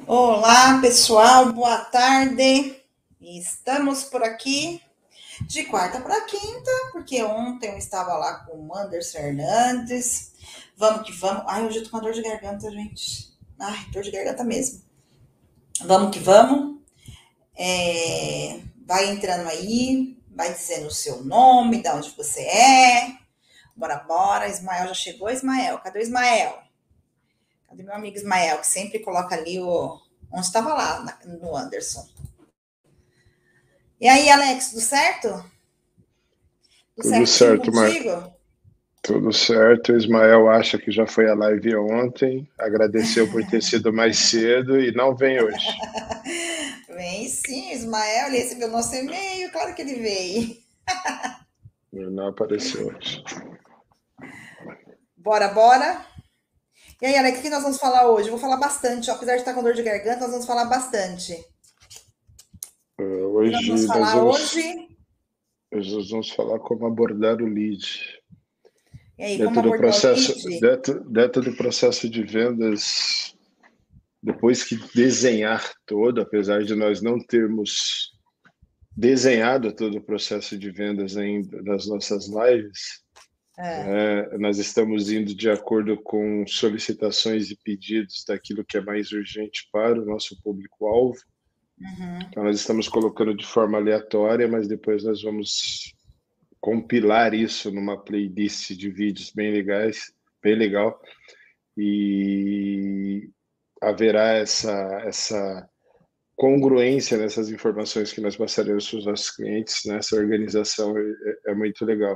Olá, pessoal, boa tarde. Estamos por aqui de quarta para quinta, porque ontem eu estava lá com o Anderson Hernandes. Vamos que vamos. Ai, hoje eu tô com uma dor de garganta, gente. Ai, dor de garganta mesmo. Vamos que vamos. Vai entrando aí, vai dizendo o seu nome, de onde você é. Bora, bora. Ismael já chegou, Ismael. Cadê o Ismael? Cadê meu amigo Ismael, que sempre coloca ali o. Onde estava lá, no Anderson. E aí, Alex, tudo certo? Tudo Tudo certinho certo, Marta. contigo? Tudo certo. O Ismael acha que já foi a live ontem, agradeceu por ter sido mais cedo e não vem hoje. Vem sim, Ismael, ele recebeu nosso e-mail, claro que ele veio. Ele não apareceu hoje. Bora, bora. E aí, Alex, o que nós vamos falar hoje? Eu vou falar bastante, ó, apesar de estar com dor de garganta, nós vamos falar bastante. O que nós vamos Hoje nós falar vamos, hoje? hoje nós vamos falar como abordar o lead. E aí, como Dentro do abordar o processo, lead? dentro do processo de vendas, depois que desenhar todo, apesar de nós não termos desenhado todo o processo de vendas ainda nas nossas lives, É, nós estamos indo de acordo com solicitações e pedidos daquilo que é mais urgente para o nosso público-alvo. uhum. Então, nós estamos colocando de forma aleatória, mas depois nós vamos compilar isso numa playlist de vídeos bem legais, bem legal, e haverá essa congruência nessas informações que nós passaremos para os nossos clientes. Nessa organização é muito legal.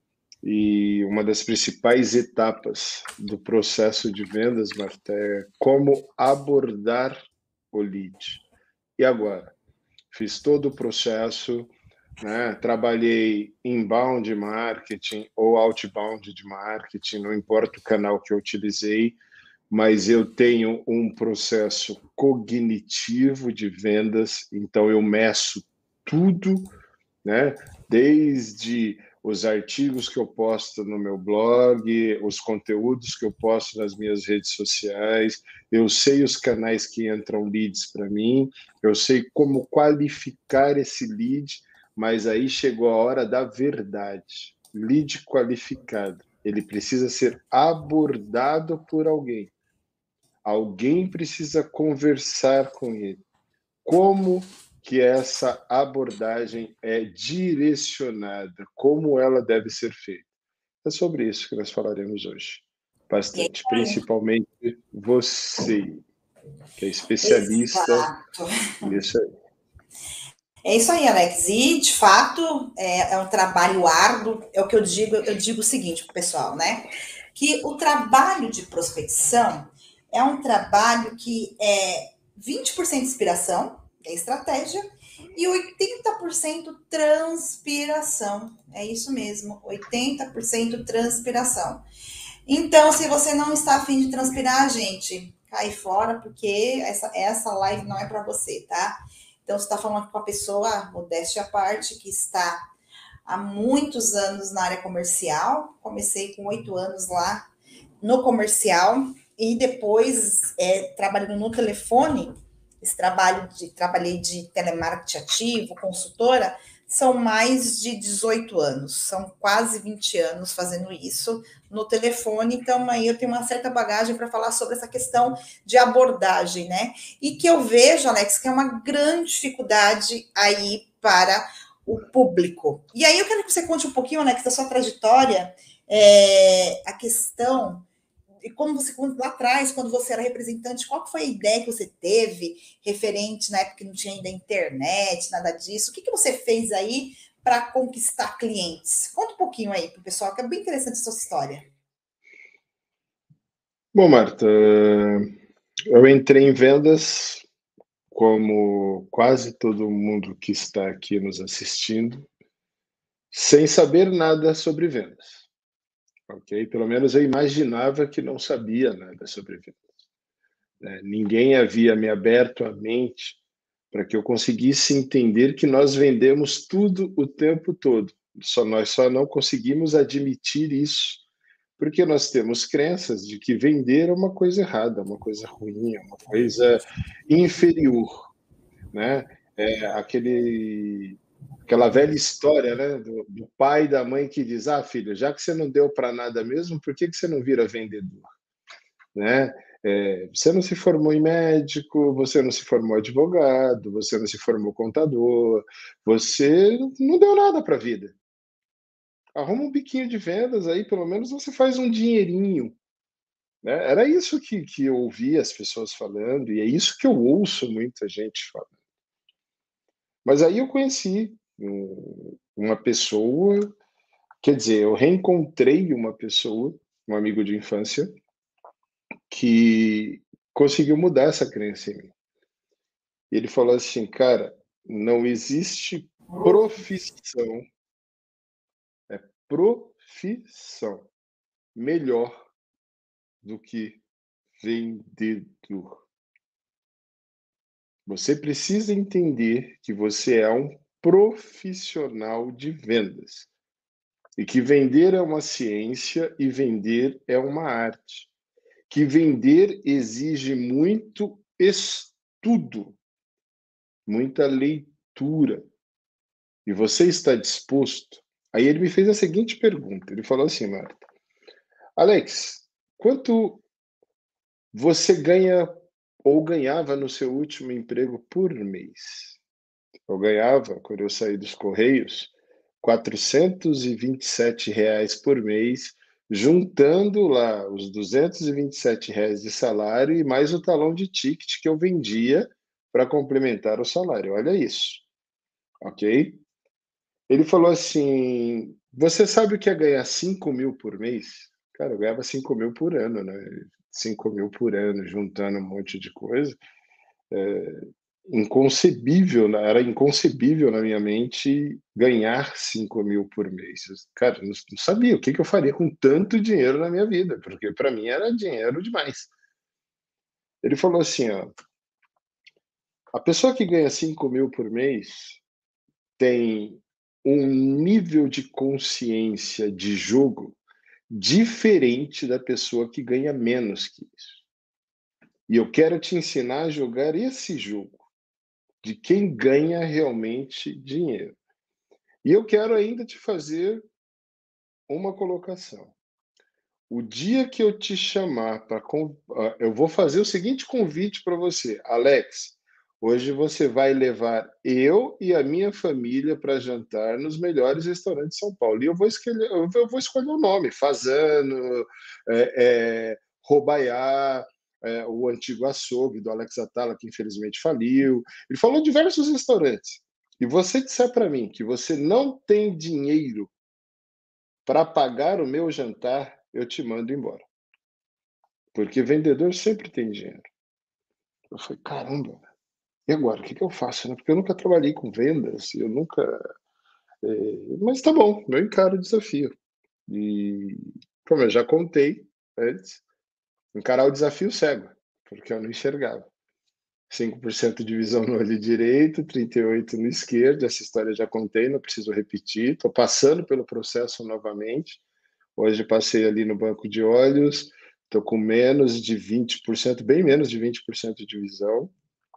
E uma das principais etapas do processo de vendas, Marta, é como abordar o lead. E agora? Fiz todo o processo, né? Trabalhei inbound marketing ou outbound de marketing, não importa o canal que eu utilizei, mas eu tenho um processo cognitivo de vendas, então eu meço tudo, né? Desde os artigos que eu posto no meu blog, os conteúdos que eu posto nas minhas redes sociais, eu sei os canais que entram leads para mim, eu sei como qualificar esse lead, mas aí chegou a hora da verdade. Lead qualificado, ele precisa ser abordado por alguém. Alguém precisa conversar com ele. Como que essa abordagem é direcionada, como ela deve ser feita. É sobre isso que nós falaremos hoje. E Bastante, principalmente você, que é especialista Exato. nisso aí. É isso aí, Alex. E, de fato, é um trabalho árduo. É o que eu digo o seguinte para o pessoal, né? Que o trabalho de prospecção é um trabalho que é 20% inspiração, é estratégia, e 80% transpiração. É isso mesmo, 80% transpiração. Então, se você não está afim de transpirar, gente, cai fora, porque essa live não é para você, tá? Então, você está falando com a pessoa, modéstia à parte, que está há muitos anos na área comercial. Comecei com 8 anos lá no comercial e depois trabalhando no telefone. Trabalhei de telemarketing ativo, consultora, são mais de 18 anos, são quase 20 anos fazendo isso no telefone, então aí eu tenho uma certa bagagem para falar sobre essa questão de abordagem, né? E que eu vejo, Alex, que é uma grande dificuldade aí para o público. E aí eu quero que você conte um pouquinho, Alex, da sua trajetória, a questão e como você lá atrás, quando você era representante, qual foi a ideia que você teve referente na época que não tinha ainda internet, nada disso? O que você fez aí para conquistar clientes? Conta um pouquinho aí para o pessoal, que é bem interessante essa sua história. Bom, Marta, eu entrei em vendas como quase todo mundo que está aqui nos assistindo, sem saber nada sobre vendas. Ok? Pelo menos eu imaginava que não sabia nada sobre vendas. Né? Ninguém havia me aberto a mente para que eu conseguisse entender que nós vendemos tudo o tempo todo. Nós só não conseguimos admitir isso Porque nós temos crenças de que vender é uma coisa errada, uma coisa ruim, uma coisa inferior, né? Aquela velha história, né, do pai e da mãe que diz: ah, filho, já que você não deu para nada mesmo, por que você não vira vendedor? Né? Você não se formou em médico, você não se formou advogado, você não se formou contador, você não deu nada para a vida. Arruma um biquinho de vendas aí, pelo menos você faz um dinheirinho. Né? Era isso que eu ouvia as pessoas falando, e é isso que eu ouço muita gente falando. Mas aí eu conheci uma pessoa, quer dizer, eu reencontrei uma pessoa, um amigo de infância, que conseguiu mudar essa crença em mim. Ele falou assim, cara, não existe profissão, profissão melhor do que vendedor. Você precisa entender que você é um profissional de vendas e que vender é uma ciência e vender é uma arte. Que vender exige muito estudo, muita leitura. E você está disposto? Aí ele me fez a seguinte pergunta. Ele falou assim, Marta, Alex, quanto você ganha ou ganhava no seu último emprego por mês? Eu ganhava, quando eu saí dos Correios, R$ 427 por mês, juntando lá os R$ 227 de salário e mais o talão de ticket que eu vendia para complementar o salário. Olha isso, ok? Ele falou assim: você sabe o que é ganhar 5.000 por mês? Cara, eu ganhava 5.000 por ano, né? 5.000 por ano, juntando um monte de coisa. Inconcebível, era inconcebível na minha mente ganhar 5.000 por mês. Cara, não sabia o que eu faria com tanto dinheiro na minha vida, porque para mim era dinheiro demais. Ele falou assim: ó, a pessoa que ganha 5.000 por mês tem um nível de consciência de jogo diferente da pessoa que ganha menos que isso. E eu quero te ensinar a jogar esse jogo de quem ganha realmente dinheiro. E eu quero ainda te fazer uma colocação. O dia que eu te chamar para. Eu vou fazer o seguinte convite para você. Alex, hoje você vai levar eu e a minha família para jantar nos melhores restaurantes de São Paulo. E eu vou escolher o nome: Fazano, Robaiá, o antigo açougue do Alex Atala, que infelizmente faliu. Ele falou diversos restaurantes. E você disser para mim que você não tem dinheiro para pagar o meu jantar, eu te mando embora. Porque vendedor sempre tem dinheiro. Eu falei, caramba, e agora? O que eu faço? Né? Porque eu nunca trabalhei com vendas, eu nunca. Mas tá bom, eu encaro o desafio. E, como eu já contei antes, encarar o desafio cego, porque eu não enxergava. 5% de visão no olho direito, 38% no esquerdo. Essa história eu já contei, não preciso repetir. Estou passando pelo processo novamente. Hoje passei ali no banco de olhos, estou com menos de 20%, bem menos de 20% de visão,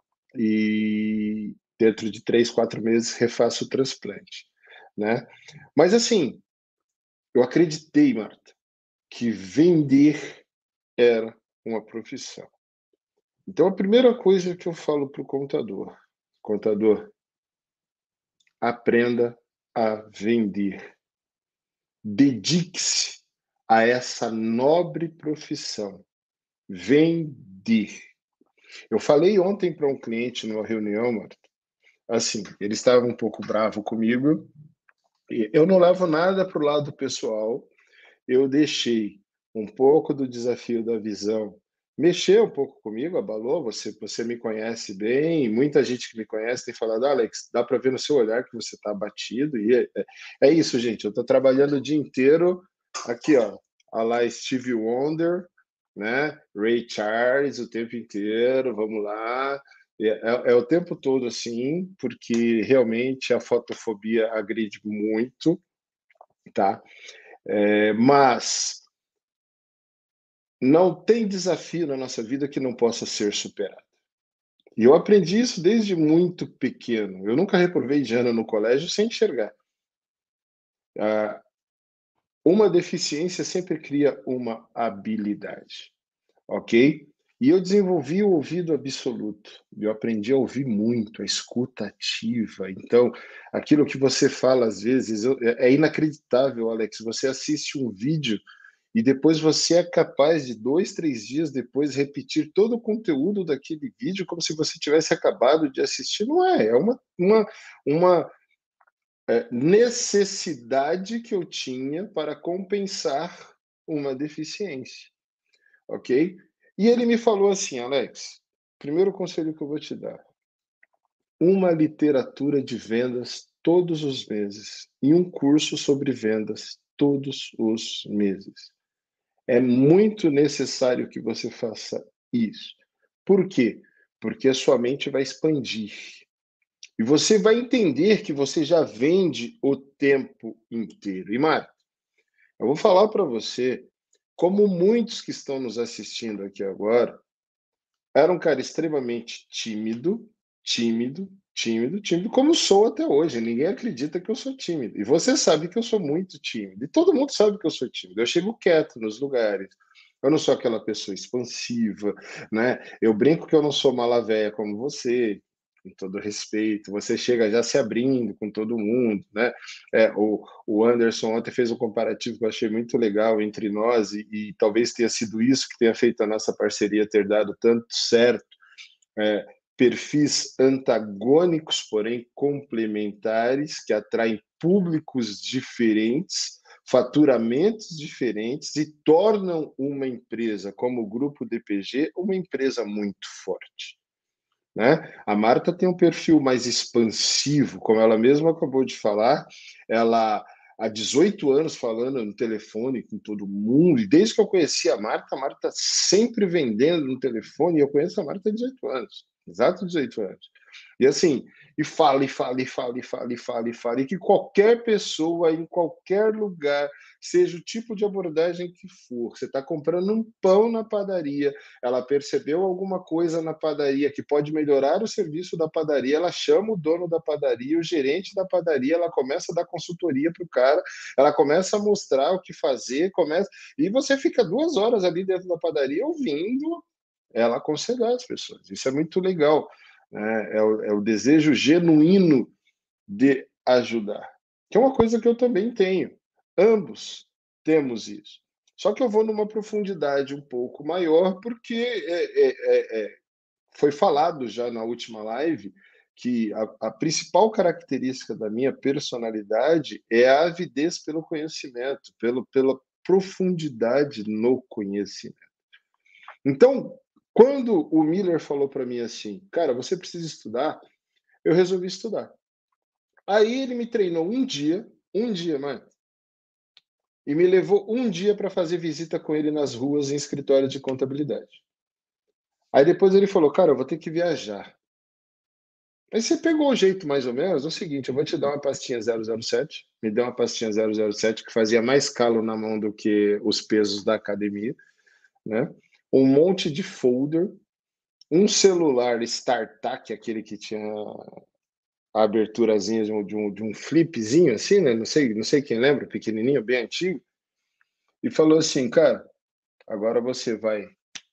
e dentro de 3, 4 meses refaço o transplante, né? Mas assim, eu acreditei, Marta, que vender era uma profissão. Então a primeira coisa que eu falo para o contador, aprenda a vender. Dedique-se a essa nobre profissão. Vender. Eu falei ontem para um cliente numa reunião, Marta, assim, ele estava um pouco bravo comigo, e eu não levo nada para o lado pessoal, eu deixei um pouco do desafio da visão mexer um pouco comigo, abalou, você me conhece bem, muita gente que me conhece tem falado, Alex, dá para ver no seu olhar que você está abatido, e é isso, gente, eu estou trabalhando o dia inteiro, aqui, ó, a lá Stevie Wonder, né? Ray Charles o tempo inteiro, vamos lá. É o tempo todo assim, porque realmente a fotofobia agride muito, tá? Mas não tem desafio na nossa vida que não possa ser superado. E eu aprendi isso desde muito pequeno. Eu nunca reprovei de ano no colégio sem enxergar. Uma deficiência sempre cria uma habilidade, ok? E eu desenvolvi o ouvido absoluto. Eu aprendi a ouvir muito, a escuta ativa. Então, aquilo que você fala às vezes é inacreditável, Alex. Você assiste um vídeo e depois você é capaz de 2, 3 dias depois repetir todo o conteúdo daquele vídeo como se você tivesse acabado de assistir. Não é? É uma necessidade que eu tinha para compensar uma deficiência, ok? E ele me falou assim, Alex, primeiro conselho que eu vou te dar, uma literatura de vendas todos os meses e um curso sobre vendas todos os meses. É muito necessário que você faça isso. Por quê? Porque a sua mente vai expandir. E você vai entender que você já vende o tempo inteiro. E, Marta, eu vou falar para você, como muitos que estão nos assistindo aqui agora, era um cara extremamente tímido, como sou até hoje. Ninguém acredita que eu sou tímido. E você sabe que eu sou muito tímido. E todo mundo sabe que eu sou tímido. Eu chego quieto nos lugares. Eu não sou aquela pessoa expansiva, né? Eu brinco que eu não sou mala véia como você, com todo respeito. Você chega já se abrindo com todo mundo, né? O Anderson ontem fez um comparativo que eu achei muito legal entre nós e talvez tenha sido isso que tenha feito a nossa parceria ter dado tanto certo. Perfis antagônicos, porém complementares, que atraem públicos diferentes, faturamentos diferentes e tornam uma empresa como o Grupo DPG uma empresa muito forte. Né? A Marta tem um perfil mais expansivo, como ela mesma acabou de falar, ela há 18 anos falando no telefone com todo mundo, e desde que eu conheci a Marta sempre vendendo no telefone, e eu conheço a Marta há 18 anos, exato 18 anos. E assim, e fala, e que qualquer pessoa, em qualquer lugar, seja o tipo de abordagem que for, você está comprando um pão na padaria, ela percebeu alguma coisa na padaria que pode melhorar o serviço da padaria, ela chama o dono da padaria, o gerente da padaria, ela começa a dar consultoria para o cara, ela começa a mostrar o que fazer, e você fica 2 horas ali dentro da padaria ouvindo ela aconselhar as pessoas. Isso é muito legal. Né? É o desejo genuíno de ajudar, que é uma coisa que eu também tenho. Ambos temos isso. Só que eu vou numa profundidade um pouco maior, porque foi falado já na última live que a principal característica da minha personalidade é a avidez pelo conhecimento, pela profundidade no conhecimento. Então, quando o Miller falou para mim assim, cara, você precisa estudar, eu resolvi estudar. Aí ele me treinou um dia, mano, e me levou um dia para fazer visita com ele nas ruas em escritório de contabilidade. Aí depois ele falou, cara, eu vou ter que viajar. Aí você pegou o jeito mais ou menos, é o seguinte, eu vou te dar uma pastinha 007, me deu uma pastinha 007 que fazia mais calo na mão do que os pesos da academia, né? Um monte de folder, um celular StarTAC, aquele que tinha a aberturazinha de um flipzinho assim, né? Não sei quem lembra, pequenininho, bem antigo, e falou assim, cara, agora você vai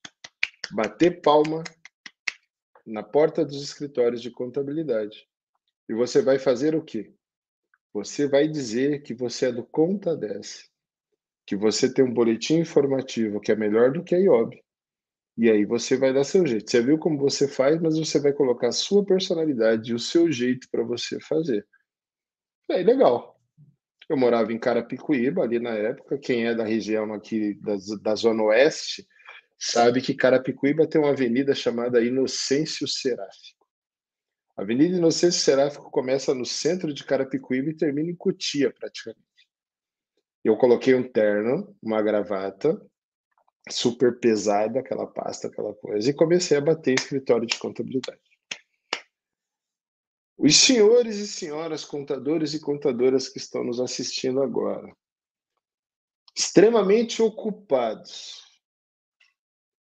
bater palma na porta dos escritórios de contabilidade. E você vai fazer o quê? Você vai dizer que você é do Conta 10, que você tem um boletim informativo que é melhor do que a IOB. E aí você vai dar seu jeito. Você viu como você faz, mas você vai colocar a sua personalidade e o seu jeito para você fazer. Aí, legal. Eu morava em Carapicuíba, ali na época. Quem é da região aqui da Zona Oeste sabe que Carapicuíba tem uma avenida chamada Inocêncio Seráfico. A Avenida Inocêncio Seráfico começa no centro de Carapicuíba e termina em Cotia, praticamente. Eu coloquei um terno, uma gravata, super pesada, aquela pasta, aquela coisa, e comecei a bater escritório de contabilidade. Os senhores e senhoras contadores e contadoras que estão nos assistindo agora, extremamente ocupados,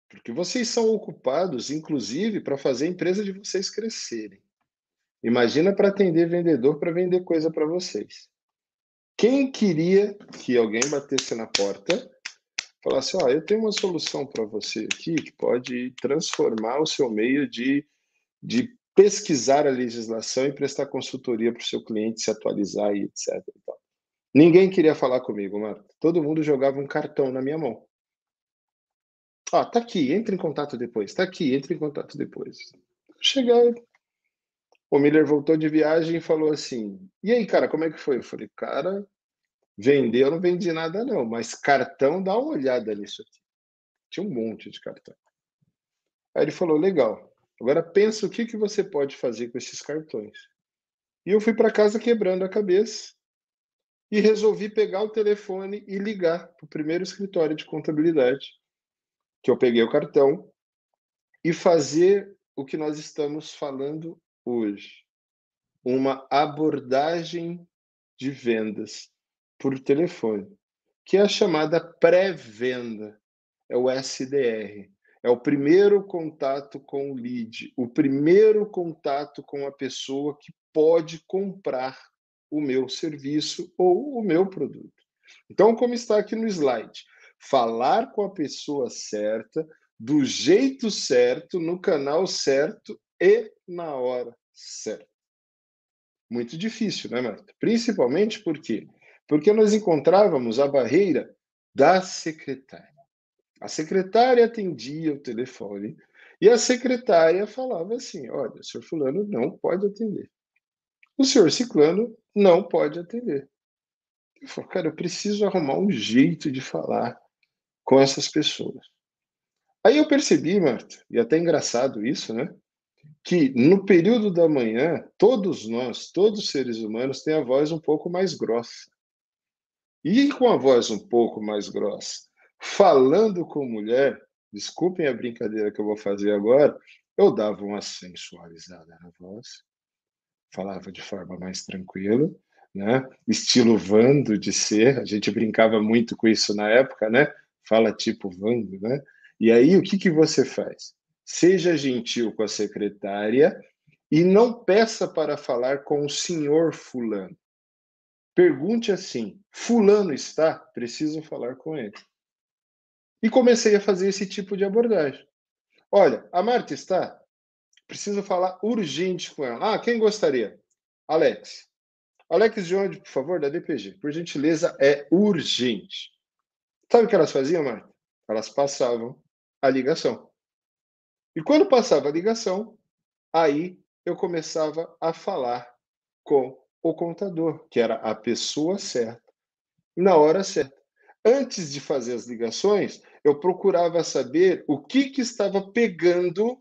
Porque vocês são ocupados, inclusive, para fazer a empresa de vocês crescerem. Imagina para atender vendedor para vender coisa para vocês. Quem queria que alguém batesse na porta, falasse, ó, eu tenho uma solução para você aqui que pode transformar o seu meio de pesquisar a legislação e prestar consultoria para o seu cliente se atualizar e etc. E tal. Ninguém queria falar comigo, Marta. Todo mundo jogava um cartão na minha mão. Ó, tá aqui, entre em contato depois. Tá aqui, entre em contato depois. Cheguei, o Miller voltou de viagem e falou assim, e aí, cara, como é que foi? Eu falei, cara, vender eu não vendi nada não, mas cartão, dá uma olhada nisso aqui. Tinha um monte de cartão. Aí ele falou, legal, agora pensa o que você pode fazer com esses cartões. E eu fui para casa quebrando a cabeça e resolvi pegar o telefone e ligar para o primeiro escritório de contabilidade, que eu peguei o cartão, e fazer o que nós estamos falando hoje. Uma abordagem de vendas por telefone, que é a chamada pré-venda, é o SDR. É o primeiro contato com o lead, o primeiro contato com a pessoa que pode comprar o meu serviço ou o meu produto. Então, como está aqui no slide, falar com a pessoa certa, do jeito certo, no canal certo e na hora certa. Muito difícil, né, Marta? Principalmente por quê? Porque nós encontrávamos a barreira da secretária. A secretária atendia o telefone e a secretária falava assim, olha, o senhor fulano não pode atender. O senhor ciclano não pode atender. Eu falo, cara, eu preciso arrumar um jeito de falar com essas pessoas. Aí eu percebi, Marta, e até engraçado isso, né? Que no período da manhã, todos nós, todos os seres humanos, têm a voz um pouco mais grossa. E com a voz um pouco mais grossa, falando com mulher, desculpem a brincadeira que eu vou fazer agora, eu dava uma sensualizada na voz, falava de forma mais tranquila, né? Estilo Vando de ser, a gente brincava muito com isso na época, né? Fala tipo Vando, né? E aí o que você faz? Seja gentil com a secretária e não peça para falar com o senhor fulano. Pergunte assim: fulano está? Preciso falar com ele. E comecei a fazer esse tipo de abordagem. Olha, a Marta está? Preciso falar urgente com ela. Ah, quem gostaria? Alex. Alex de onde, por favor? Da DPG. Por gentileza, é urgente. Sabe o que elas faziam, Marta? Elas passavam a ligação. E quando passava a ligação, aí eu começava a falar com o contador, que era a pessoa certa, na hora certa. Antes de fazer as ligações, eu procurava saber o que estava pegando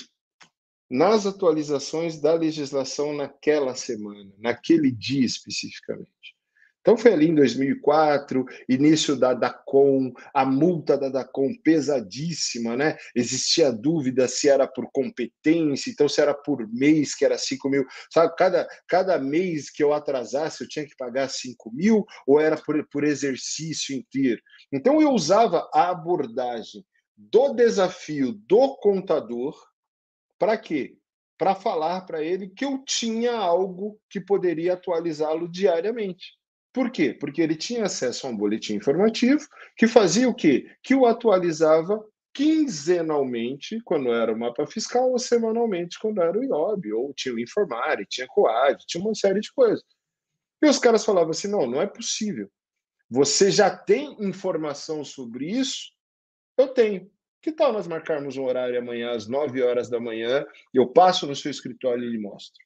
nas atualizações da legislação naquela semana, naquele dia especificamente. Então foi ali em 2004, início da DACOM, a multa da DACOM pesadíssima, né? Existia dúvida se era por competência, então se era por mês, que era 5 mil. Sabe, cada mês que eu atrasasse, eu tinha que pagar 5 mil, ou era por exercício inteiro. Então eu usava a abordagem do desafio do contador, para quê? Para falar para ele que eu tinha algo que poderia atualizá-lo diariamente. Por quê? Porque ele tinha acesso a um boletim informativo que fazia o quê? Que o atualizava quinzenalmente, quando era o mapa fiscal, ou semanalmente, quando era o IOB, ou tinha o Informare, tinha COAD, tinha uma série de coisas. E os caras falavam assim, não, não é possível. Você já tem informação sobre isso? Eu tenho. Que tal nós marcarmos um horário amanhã às 9 horas da manhã? Eu passo no seu escritório e lhe mostro.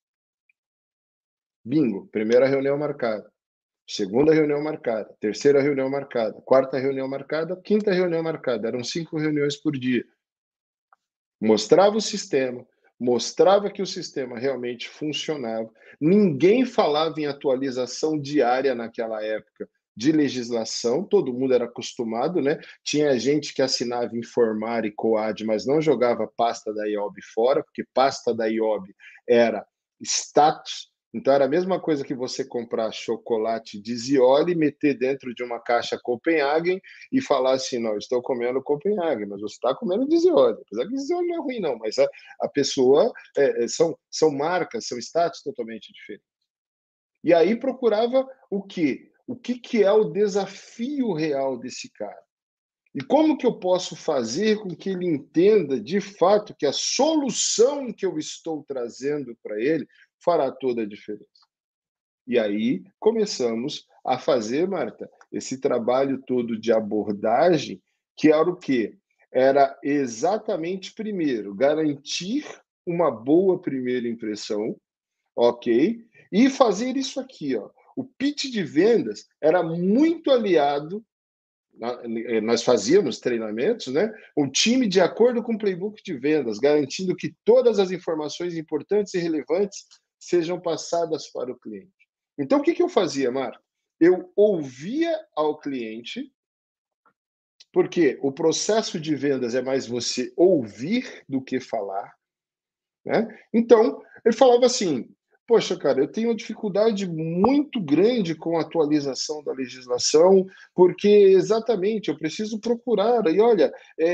Bingo, primeira reunião marcada. Segunda reunião marcada. Terceira reunião marcada. Quarta reunião marcada. Quinta reunião marcada. Eram 5 reuniões por dia. Mostrava o sistema. Mostrava que o sistema realmente funcionava. Ninguém falava em atualização diária naquela época de legislação, todo mundo era acostumado, né? Tinha gente que assinava Informar e COAD, mas não jogava pasta da IOB fora, porque pasta da IOB era status, Então, era a mesma coisa que você comprar chocolate de Zioli, meter dentro de uma caixa Copenhagen e falar assim, não, estou comendo Copenhagen, mas você está comendo de Zioli. Apesar que Zioli não é ruim, não, mas a pessoa, são marcas, são status totalmente diferentes. E aí procurava o quê? O que é o desafio real desse cara? E como que eu posso fazer com que ele entenda, de fato, que a solução que eu estou trazendo para ele fará toda a diferença? E aí começamos a fazer, Marta, esse trabalho todo de abordagem, que era o quê? Era exatamente, primeiro, garantir uma boa primeira impressão, ok? E fazer isso aqui, ó. O pitch de vendas era muito aliado, nós fazíamos treinamentos, né? Um time de acordo com o playbook de vendas, garantindo que todas as informações importantes e relevantes sejam passadas para o cliente. Então, o que eu fazia, Marco? Eu ouvia ao cliente, porque o processo de vendas é mais você ouvir do que falar, né? Então, ele falava assim, poxa, cara, eu tenho uma dificuldade muito grande com a atualização da legislação, porque exatamente eu preciso procurar. E olha,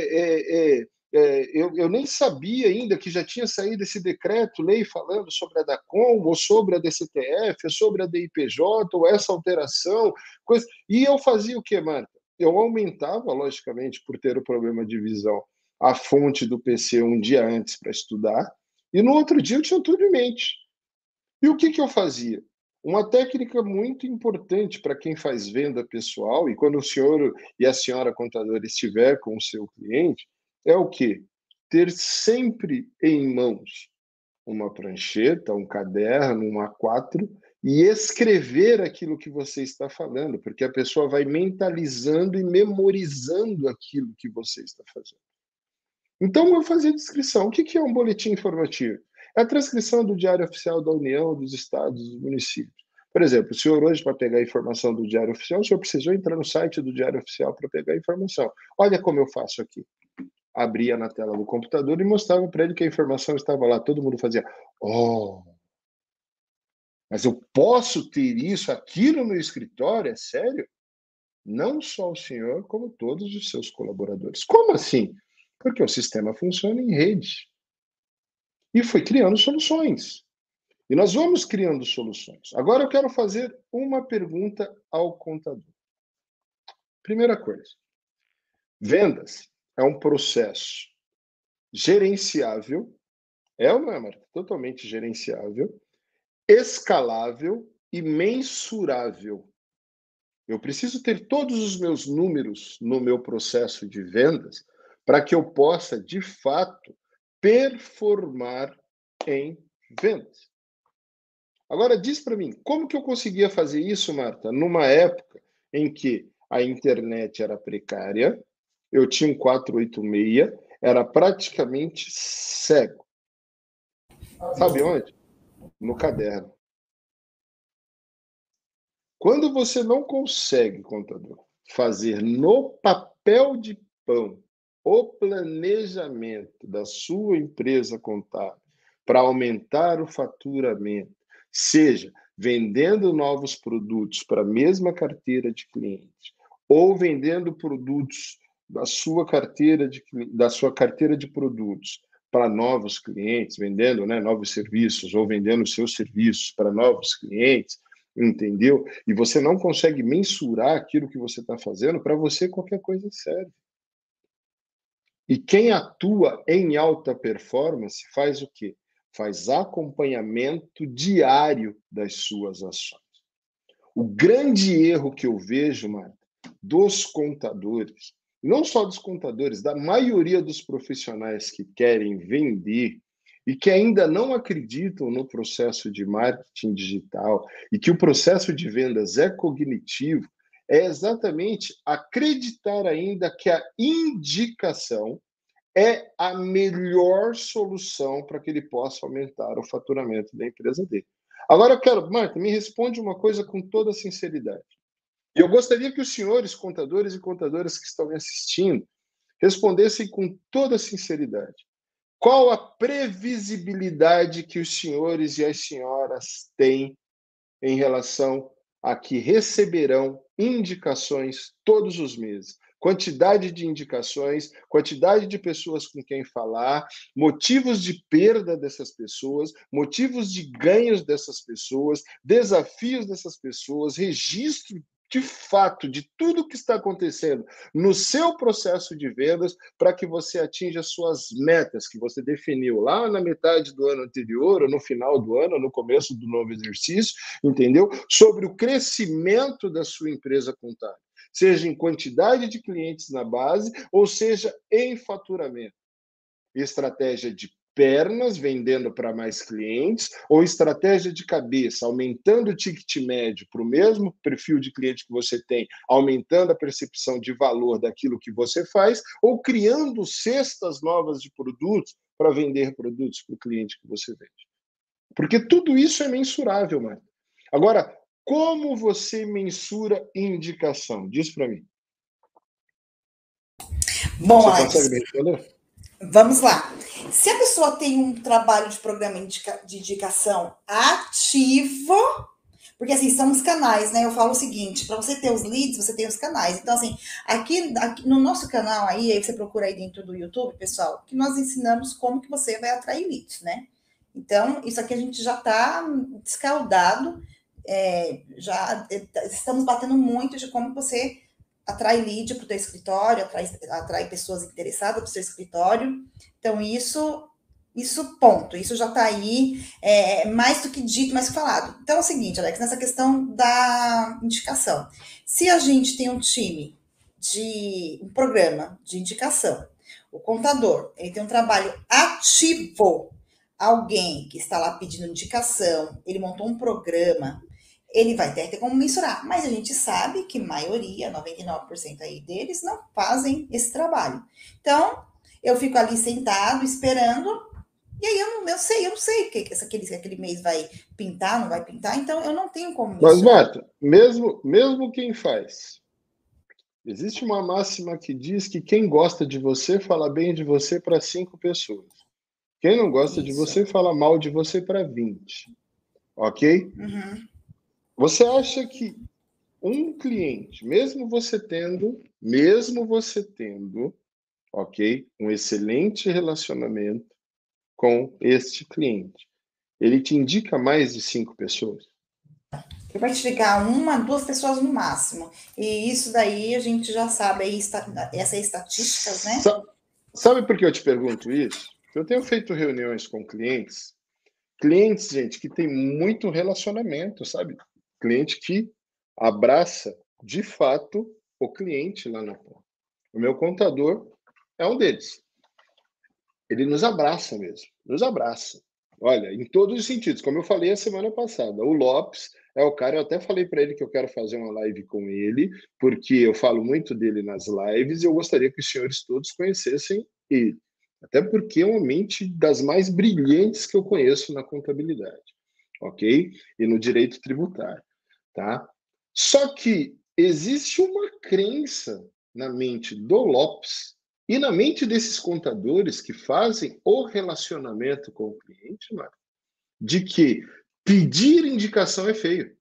eu nem sabia ainda que já tinha saído esse decreto-lei falando sobre a DACOM, ou sobre a DCTF, ou sobre a DIPJ, ou essa alteração. Coisa... E eu fazia o quê, Marta? Eu aumentava, logicamente, por ter o problema de visão, a fonte do PC um dia antes para estudar, e no outro dia eu tinha tudo em mente. E o que eu fazia? Uma técnica muito importante para quem faz venda pessoal, e quando o senhor e a senhora contadora estiver com o seu cliente, é o quê? Ter sempre em mãos uma prancheta, um caderno, um A4, e escrever aquilo que você está falando, porque a pessoa vai mentalizando e memorizando aquilo que você está fazendo. Então, eu fazia descrição. O que é um boletim informativo? É a transcrição do Diário Oficial da União, dos Estados, dos municípios. Por exemplo, o senhor hoje, para pegar a informação do Diário Oficial, o senhor precisou entrar no site do Diário Oficial para pegar a informação. Olha como eu faço aqui. Abria na tela do computador e mostrava para ele que a informação estava lá. Todo mundo fazia, oh, mas eu posso ter isso aqui no meu escritório? É sério? Não só o senhor, como todos os seus colaboradores. Como assim? Porque o sistema funciona em rede. E foi criando soluções. E nós vamos criando soluções. Agora eu quero fazer uma pergunta ao contador. Primeira coisa, vendas é um processo gerenciável, é ou não é, Marta? Totalmente gerenciável, escalável e mensurável. Eu preciso ter todos os meus números no meu processo de vendas para que eu possa, de fato, performar em vendas. Agora, diz para mim, como que eu conseguia fazer isso, Marta, numa época em que a internet era precária, eu tinha um 486, era praticamente cego. Sabe onde? No caderno. Quando você não consegue, contador, fazer no papel de pão o planejamento da sua empresa contábil para aumentar o faturamento, seja vendendo novos produtos para a mesma carteira de clientes ou vendendo produtos da sua carteira de produtos para novos clientes, vendendo, né, novos serviços ou vendendo seus serviços para novos clientes, entendeu? E você não consegue mensurar aquilo que você está fazendo, para você qualquer coisa serve. E quem atua em alta performance faz o quê? Faz acompanhamento diário das suas ações. O grande erro que eu vejo, Marta, dos contadores, não só dos contadores, da maioria dos profissionais que querem vender e que ainda não acreditam no processo de marketing digital e que o processo de vendas é cognitivo, é exatamente acreditar ainda que a indicação é a melhor solução para que ele possa aumentar o faturamento da empresa dele. Agora eu quero, Marta, me responde uma coisa com toda sinceridade. E eu gostaria que os senhores contadores e contadoras que estão me assistindo respondessem com toda sinceridade. qual a previsibilidade que os senhores e as senhoras têm em relação a que receberão indicações todos os meses? Quantidade de indicações, quantidade de pessoas com quem falar, motivos de perda dessas pessoas, motivos de ganhos dessas pessoas, desafios dessas pessoas, registro de fato de tudo que está acontecendo no seu processo de vendas para que você atinja suas metas que você definiu lá na metade do ano anterior, ou no final do ano, ou no começo do novo exercício, entendeu? Sobre o crescimento da sua empresa contábil, seja em quantidade de clientes na base, ou seja em faturamento. Estratégia de pernas, vendendo para mais clientes, ou estratégia de cabeça, aumentando o ticket médio para o mesmo perfil de cliente que você tem, aumentando a percepção de valor daquilo que você faz, ou criando cestas novas de produtos para vender produtos para o cliente que você vende. Porque tudo isso é mensurável, mano. Agora, como você mensura indicação? Diz para mim. Bom, Você Alex, consegue me responder? vamos lá. Se a pessoa tem um trabalho de programa de indicação ativo, porque assim, são os canais, né? Eu falo o seguinte, para você ter os leads, você tem os canais. Então, assim, aqui no nosso canal aí você procura aí dentro do YouTube, pessoal, que nós ensinamos como que você vai atrair leads, né? Então, isso aqui a gente já está escaldado, já estamos batendo muito de como você atrai lead para o teu escritório, atrai pessoas interessadas para o seu escritório. Então, isso ponto, isso já está aí, mais do que dito, mais que falado. Então é o seguinte, Alex, nessa questão da indicação. Se a gente tem um time um programa de indicação, o contador, ele tem um trabalho ativo, alguém que está lá pedindo indicação, ele montou um programa, ele vai ter como mensurar, mas a gente sabe que maioria, 99% aí deles, não fazem esse trabalho. Então, eu fico ali sentado, esperando, e aí eu não sei que aquele mês vai pintar, não vai pintar, então eu não tenho como Mas, mensurar. Marta, mesmo quem faz, existe uma máxima que diz que quem gosta de você fala bem de você para 5 pessoas. Quem não gosta de Isso. você fala mal de você para 20. Ok? Uhum. Você acha que um cliente, mesmo você tendo, ok, um excelente relacionamento com este cliente, ele te indica mais de 5 pessoas? Ele vai te ligar uma, duas pessoas no máximo. E isso daí a gente já sabe aí, essas estatísticas, né? Sabe por que eu te pergunto isso? Eu tenho feito reuniões com clientes, gente, que tem muito relacionamento, sabe? Cliente que abraça, de fato, o cliente lá na ponta. O meu contador é um deles. Ele nos abraça mesmo, nos abraça. Olha, em todos os sentidos, como eu falei a semana passada, o Lopes é o cara, eu até falei para ele que eu quero fazer uma live com ele, porque eu falo muito dele nas lives e eu gostaria que os senhores todos conhecessem ele. Até porque é uma mente das mais brilhantes que eu conheço na contabilidade, ok? E no direito tributário, tá? Só que existe uma crença na mente do Lopes e na mente desses contadores que fazem o relacionamento com o cliente, Marco, de que pedir indicação é feio.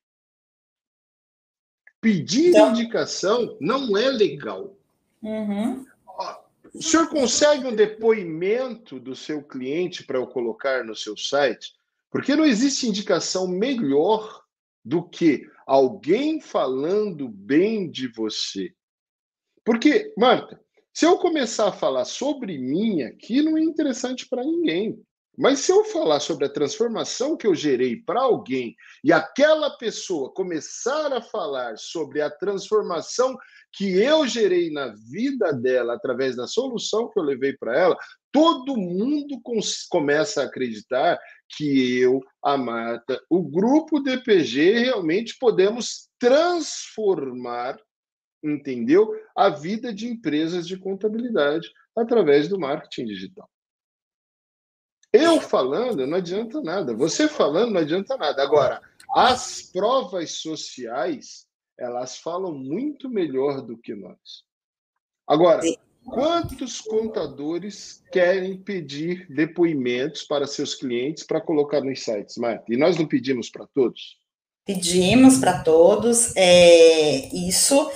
Pedir Então, indicação não é legal. uhum. O senhor consegue um depoimento do seu cliente para eu colocar no seu site? Porque não existe indicação melhor do que alguém falando bem de você. Porque, Marta, se eu começar a falar sobre mim aqui, não é interessante para ninguém. Mas se eu falar sobre a transformação que eu gerei para alguém e aquela pessoa começar a falar sobre a transformação que eu gerei na vida dela através da solução que eu levei para ela, todo mundo começa a acreditar que eu, a Marta, o grupo DPG realmente podemos transformar, entendeu? A vida de empresas de contabilidade através do marketing digital. Eu falando não adianta nada, você falando não adianta nada. Agora, as provas sociais, elas falam muito melhor do que nós. Agora, Quantos contadores querem pedir depoimentos para seus clientes para colocar nos sites, Marta? E nós não pedimos para todos? Pedimos para todos isso,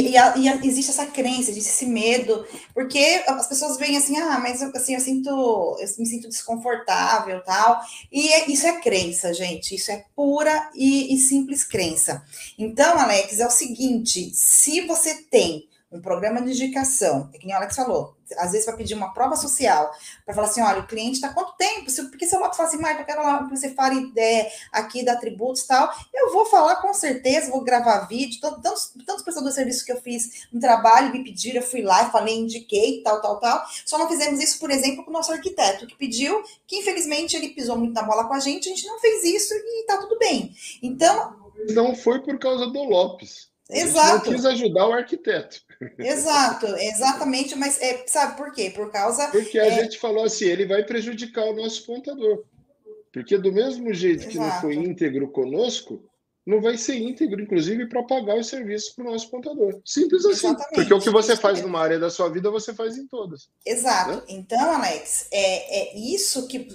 existe essa crença, existe esse medo, porque as pessoas veem assim, mas assim, eu me sinto desconfortável, tal, isso é crença, gente, isso é pura e simples crença. Então, Alex, é o seguinte, se você tem um programa de indicação, é que nem o Alex falou, às vezes vai pedir uma prova social, para falar assim, olha, o cliente está há quanto tempo? Porque se eu falo assim, Marta, eu quero lá que você fale aqui da tributos e tal, eu vou falar com certeza, vou gravar vídeo, tantos prestadores de serviço que eu fiz no trabalho, me pediram, eu fui lá, falei, indiquei, tal. Só não fizemos isso, por exemplo, com o nosso arquiteto, que pediu, que infelizmente ele pisou muito na bola com a gente não fez isso e tá tudo bem. Então... Não foi por causa do Lopes. A gente não quis ajudar o arquiteto. Exato, exatamente, mas sabe por quê? Por causa... Porque a gente falou assim, ele vai prejudicar o nosso contador. Porque do mesmo jeito que não foi íntegro conosco, não vai ser íntegro, inclusive, para pagar os serviços para o nosso contador. Simples assim. Exatamente. Porque o que você faz numa área da sua vida, você faz em todas. Exato. Né? Então, Alex, é isso que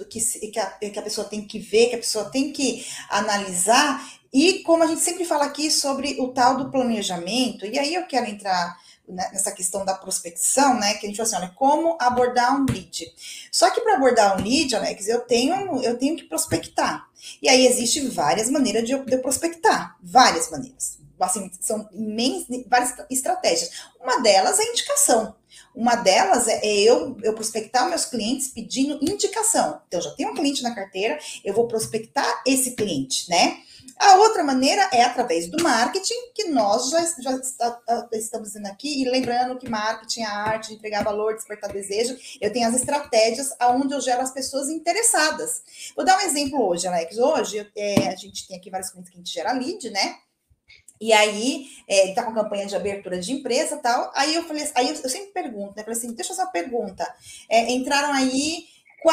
a pessoa tem que ver, que a pessoa tem que analisar. E como a gente sempre fala aqui sobre o tal do planejamento, e aí eu quero entrar nessa questão da prospecção, né? Que a gente fala assim, olha, como abordar um lead. Só que para abordar um lead, Alex, eu tenho que prospectar. E aí existem várias maneiras de eu prospectar, várias maneiras. Assim, são várias estratégias. Uma delas é indicação. Uma delas é eu prospectar meus clientes pedindo indicação. Então, já tenho um cliente na carteira, eu vou prospectar esse cliente, né? A outra maneira é através do marketing, que nós já estamos dizendo aqui, e lembrando que marketing é a arte de entregar valor, despertar desejo. Eu tenho as estratégias onde eu gero as pessoas interessadas. Vou dar um exemplo hoje, Alex. Hoje, a gente tem aqui vários clientes que a gente gera lead, né? E aí, ele tá com campanha de abertura de empresa e tal. Aí eu falei, eu sempre pergunto, né? Falei assim, deixa eu fazer uma pergunta. Entraram aí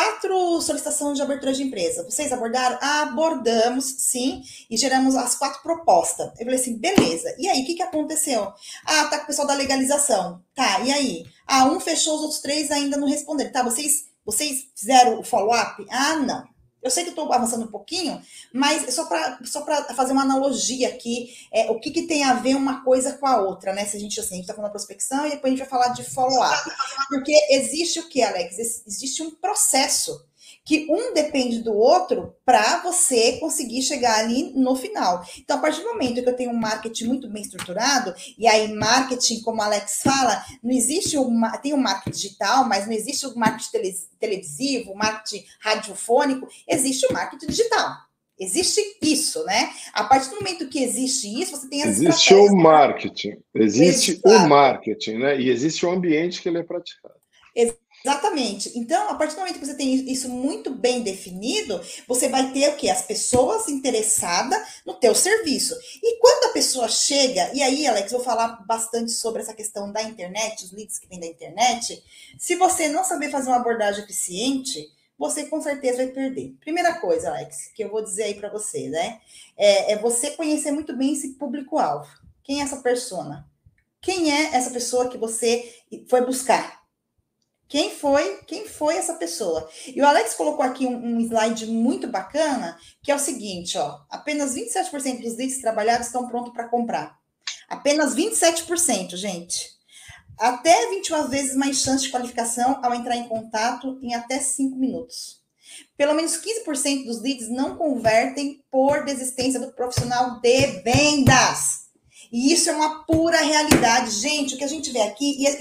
4 solicitações de abertura de empresa. Vocês abordaram? Abordamos, sim, e geramos as 4 propostas. Eu falei assim, beleza. E aí, o que aconteceu? Tá com o pessoal da legalização. Tá, e aí? Um fechou, os outros 3 ainda não responderam. Tá, vocês fizeram o follow-up? Não. Eu sei que estou avançando um pouquinho, mas só para fazer uma analogia aqui, o que tem a ver uma coisa com a outra, né? Se a gente está falando da prospecção e depois a gente vai falar de follow-up. Porque existe o que, Alex? Existe um processo que um depende do outro para você conseguir chegar ali no final. Então, a partir do momento que eu tenho um marketing muito bem estruturado, e aí marketing, como a Alex fala, não existe tem o marketing digital, mas não existe o marketing televisivo, o marketing radiofônico, existe o marketing digital. Existe isso, né? A partir do momento que existe isso, você tem as existe o marketing, existe o marketing, né? E existe o ambiente que ele é praticado. Exatamente. Então, a partir do momento que você tem isso muito bem definido, você vai ter o quê? As pessoas interessadas no teu serviço. E quando a pessoa chega, e aí, Alex, vou falar bastante sobre essa questão da internet, os leads que vêm da internet, se você não saber fazer uma abordagem eficiente, você com certeza vai perder. Primeira coisa, Alex, que eu vou dizer aí para você, né? É você conhecer muito bem esse público-alvo. Quem é essa persona? Quem é essa pessoa que você foi buscar? Quem foi essa pessoa? E o Alex colocou aqui um slide muito bacana, que é o seguinte, ó, apenas 27% dos leads trabalhados estão prontos para comprar. Apenas 27%, gente. Até 21 vezes mais chance de qualificação ao entrar em contato em até 5 minutos. Pelo menos 15% dos leads não convertem por desistência do profissional de vendas. E isso é uma pura realidade. Gente, o que a gente vê aqui, e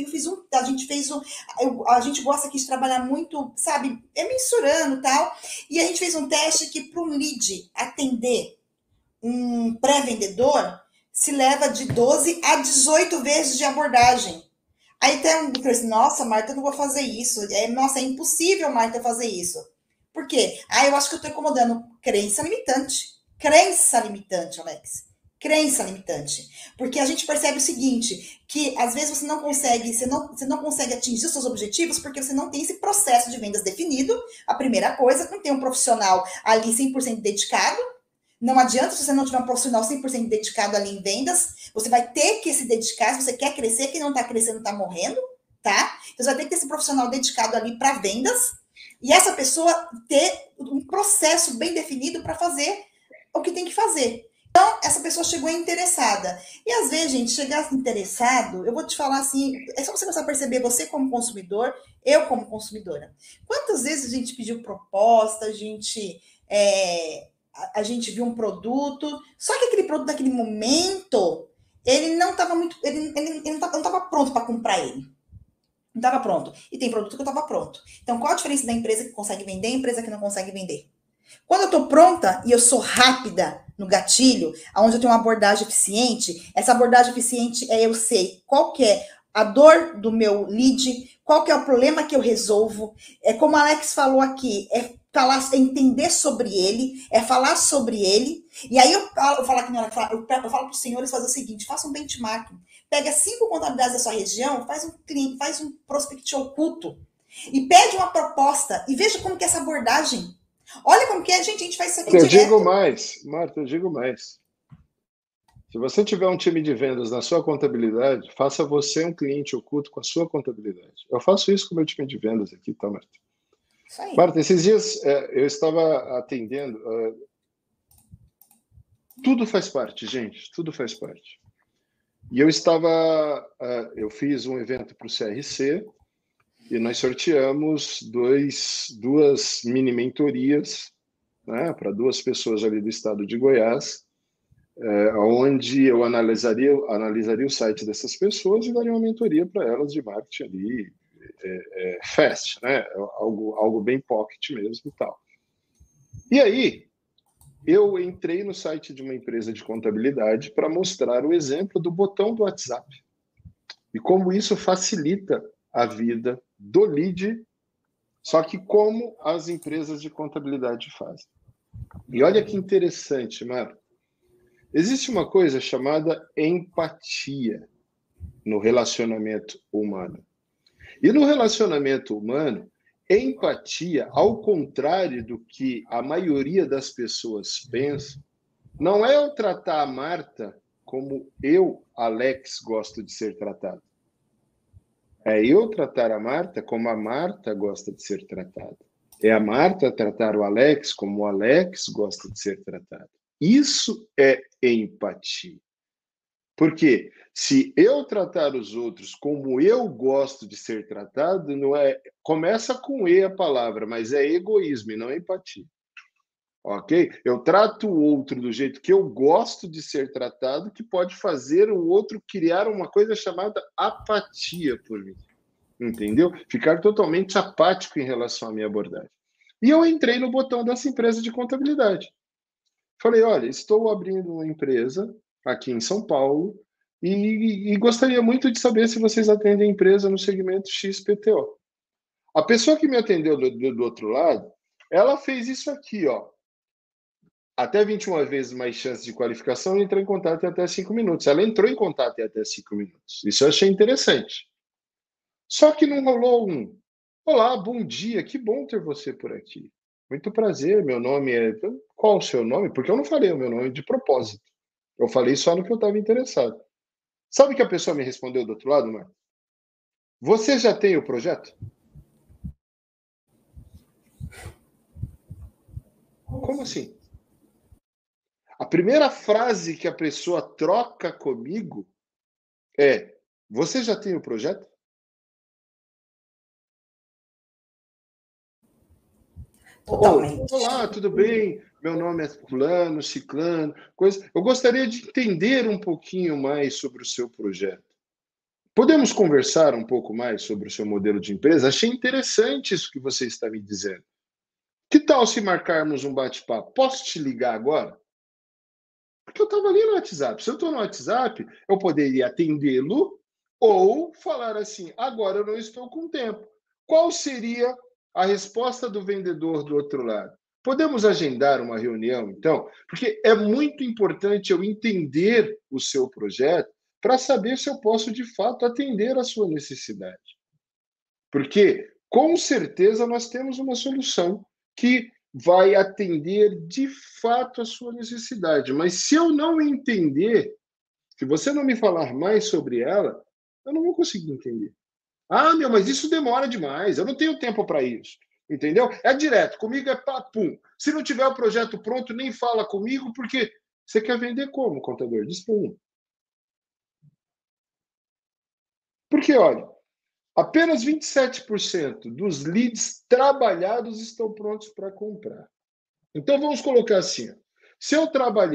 a gente gosta aqui de trabalhar muito, sabe, mensurando e tal, e a gente fez um teste que para um lead atender um pré-vendedor, se leva de 12 a 18 vezes de abordagem. Aí tem um que diz, nossa, Marta, eu não vou fazer isso. Nossa, é impossível, Marta, fazer isso. Por quê? Eu acho que eu estou incomodando. Crença limitante. Crença limitante, Alex. Crença limitante. Porque a gente percebe o seguinte, que às vezes você não consegue atingir os seus objetivos porque você não tem esse processo de vendas definido. A primeira coisa, não tem um profissional ali 100% dedicado. Não adianta se você não tiver um profissional 100% dedicado ali em vendas. Você vai ter que se dedicar. Se você quer crescer, quem não está crescendo está morrendo. tá? Então, você vai ter que ter esse profissional dedicado ali para vendas e essa pessoa ter um processo bem definido para fazer o que tem que fazer. Então, essa pessoa chegou interessada. E às vezes, gente, chegar interessado, eu vou te falar assim, é só você começar a perceber, você como consumidor, eu como consumidora. Quantas vezes a gente pediu proposta, a gente viu um produto, só que aquele produto naquele momento, ele não estava muito, ele não estava pronto para comprar ele. Não estava pronto. E tem produto que eu estava pronto. Então, qual a diferença da empresa que consegue vender e a empresa que não consegue vender? Quando eu estou pronta e eu sou rápida no gatilho, onde eu tenho uma abordagem eficiente, essa abordagem eficiente eu sei qual que é a dor do meu lead, qual que é o problema que eu resolvo. É como a Alex falou aqui, é entender sobre ele, é falar sobre ele. E aí eu falo para os senhores fazer o seguinte: faça um benchmarking. Pega 5 contabilidades da sua região, faz um prospect oculto e pede uma proposta e veja como que é essa abordagem. Olha como que é, gente, a gente faz isso aqui direto. Eu digo mais, Marta, eu digo mais. Se você tiver um time de vendas na sua contabilidade, faça você um cliente oculto com a sua contabilidade. Eu faço isso com o meu time de vendas aqui, tá, Marta? Isso aí. Marta, esses dias eu estava atendendo. Tudo faz parte, gente, tudo faz parte. E eu fiz um evento para o CRC e nós sorteamos duas mini mentorias, né, para 2 pessoas ali do estado de Goiás, onde eu analisaria o site dessas pessoas e daria uma mentoria para elas de marketing ali, fast, né, algo bem pocket mesmo e tal. E aí, eu entrei no site de uma empresa de contabilidade para mostrar o exemplo do botão do WhatsApp e como isso facilita a vida do lead, só que como as empresas de contabilidade fazem. E olha que interessante, Marco. Existe uma coisa chamada empatia no relacionamento humano. E no relacionamento humano, empatia, ao contrário do que a maioria das pessoas pensa, não é eu tratar a Marta como eu, Alex, gosto de ser tratado. É eu tratar a Marta como a Marta gosta de ser tratada. É a Marta tratar o Alex como o Alex gosta de ser tratado. Isso é empatia. Porque se eu tratar os outros como eu gosto de ser tratado, não é, começa com E a palavra, mas é egoísmo e não empatia. Ok? Eu trato o outro do jeito que eu gosto de ser tratado, que pode fazer o outro criar uma coisa chamada apatia por mim. Entendeu? Ficar totalmente apático em relação à minha abordagem. E eu entrei no botão dessa empresa de contabilidade. Falei, olha, estou abrindo uma empresa aqui em São Paulo e gostaria muito de saber se vocês atendem a empresa no segmento XPTO. A pessoa que me atendeu do outro lado, ela fez isso aqui, ó. Até 21 vezes mais chance de qualificação e entrou em contato em até 5 minutos. Ela entrou em contato em até 5 minutos. Isso eu achei interessante. Só que não rolou um olá, bom dia, que bom ter você por aqui. Muito prazer, meu nome é... Qual o seu nome? Porque eu não falei o meu nome de propósito. Eu falei só no que eu estava interessado. Sabe o que a pessoa me respondeu do outro lado, Marco? Você já tem o projeto? Como assim? A primeira frase que a pessoa troca comigo é: você já tem o projeto? Totalmente. Olá, tudo bem? Meu nome é fulano, ciclano, coisa. Eu gostaria de entender um pouquinho mais sobre o seu projeto. Podemos conversar um pouco mais sobre o seu modelo de empresa? Achei interessante isso que você está me dizendo. Que tal se marcarmos um bate-papo? Posso te ligar agora? Porque eu estava ali no WhatsApp. Se eu estou no WhatsApp, eu poderia atendê-lo ou falar assim: agora eu não estou com tempo. Qual seria a resposta do vendedor do outro lado? Podemos agendar uma reunião, então? Porque é muito importante eu entender o seu projeto para saber se eu posso, de fato, atender a sua necessidade. Porque, com certeza, nós temos uma solução que vai atender, de fato, a sua necessidade. Mas se eu não entender, se você não me falar mais sobre ela, eu não vou conseguir entender. Ah, meu, mas isso demora demais, eu não tenho tempo para isso. Entendeu? É direto, comigo é papum. Se não tiver o projeto pronto, nem fala comigo, porque você quer vender como, contador? Diz para mim. Porque, olha, apenas 27% dos leads trabalhados estão prontos para comprar. Então, vamos colocar assim: se eu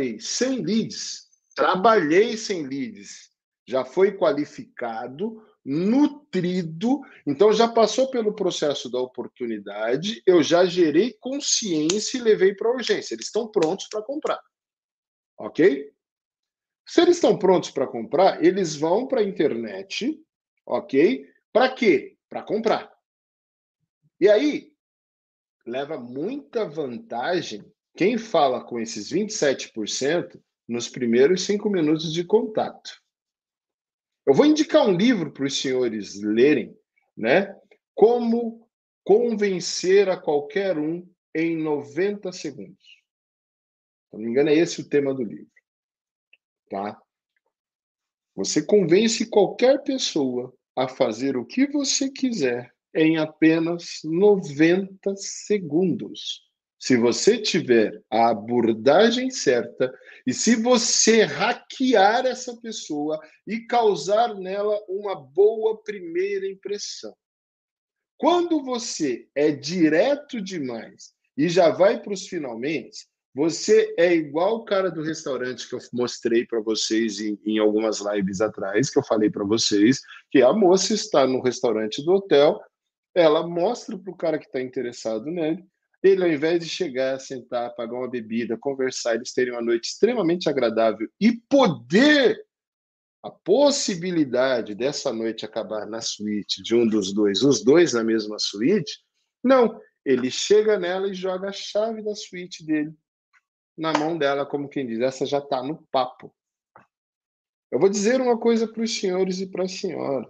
trabalhei sem leads, já foi qualificado, nutrido, então já passou pelo processo da oportunidade, eu já gerei consciência e levei para a urgência. Eles estão prontos para comprar, ok? Se eles estão prontos para comprar, eles vão para a internet, ok? Para quê? Para comprar. E aí, leva muita vantagem quem fala com esses 27% nos primeiros 5 minutos de contato. Eu vou indicar um livro para os senhores lerem, né? Como convencer a qualquer um em 90 segundos. Se não me engano, é esse o tema do livro, tá? Você convence qualquer pessoa a fazer o que você quiser em apenas 90 segundos. Se você tiver a abordagem certa e se você hackear essa pessoa e causar nela uma boa primeira impressão. Quando você é direto demais e já vai para os finalmente, você é igual o cara do restaurante que eu mostrei para vocês em algumas lives atrás, que eu falei para vocês, que a moça está no restaurante do hotel, ela mostra para o cara que está interessado nele, ele, ao invés de chegar, sentar, pagar uma bebida, conversar, eles terem uma noite extremamente agradável e poder a possibilidade dessa noite acabar na suíte de um dos dois, os dois na mesma suíte, não. Ele chega nela e joga a chave da suíte dele na mão dela, como quem diz, essa já está no papo. Eu vou dizer uma coisa para os senhores e para a senhora.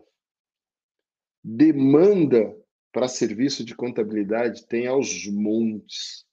Demanda para serviço de contabilidade tem aos montes.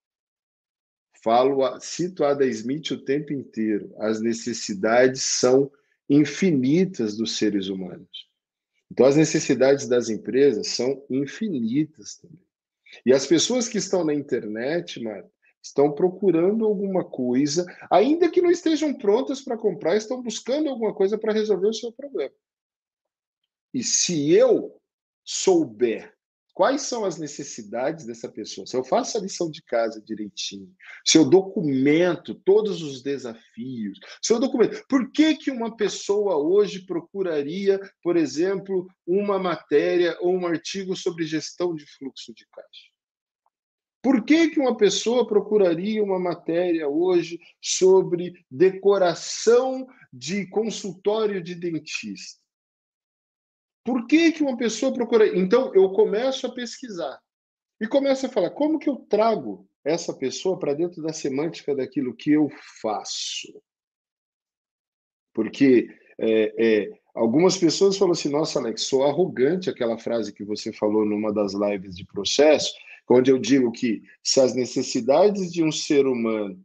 Cito a Adam Smith o tempo inteiro. As necessidades são infinitas dos seres humanos. Então, as necessidades das empresas são infinitas também. E as pessoas que estão na internet, Marta, estão procurando alguma coisa, ainda que não estejam prontas para comprar, estão buscando alguma coisa para resolver o seu problema. E se eu souber quais são as necessidades dessa pessoa, se eu faço a lição de casa direitinho, se eu documento todos os desafios, se eu documento, por que que uma pessoa hoje procuraria, por exemplo, uma matéria ou um artigo sobre gestão de fluxo de caixa? Por que que uma pessoa procuraria uma matéria hoje sobre decoração de consultório de dentista? Por que que uma pessoa procura? Então, eu começo a pesquisar e começo a falar, como que eu trago essa pessoa para dentro da semântica daquilo que eu faço? Porque algumas pessoas falam assim, nossa, Alex, sou arrogante, aquela frase que você falou numa das lives de processo, onde eu digo que se as necessidades de um ser humano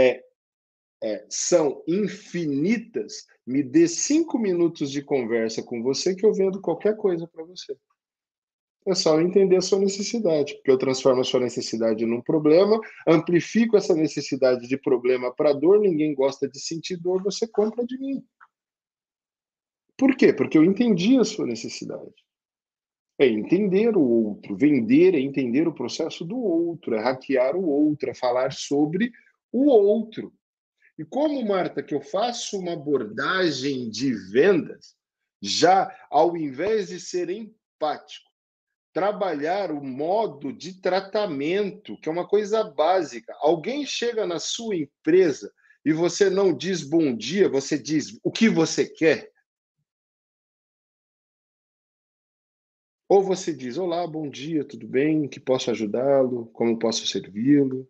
são infinitas, me dê 5 minutos de conversa com você que eu vendo qualquer coisa para você. É só eu entender a sua necessidade, porque eu transformo a sua necessidade num problema, amplifico essa necessidade de problema para dor, ninguém gosta de sentir dor, você compra de mim. Por quê? Porque eu entendi a sua necessidade. É entender o outro, vender é entender o processo do outro, é hackear o outro, é falar sobre o outro. E como, Marta, que eu faço uma abordagem de vendas, já ao invés de ser empático, trabalhar o modo de tratamento, que é uma coisa básica. Alguém chega na sua empresa e você não diz bom dia, você diz o que você quer. Ou você diz, olá, bom dia, tudo bem? Que posso ajudá-lo? Como posso servi-lo?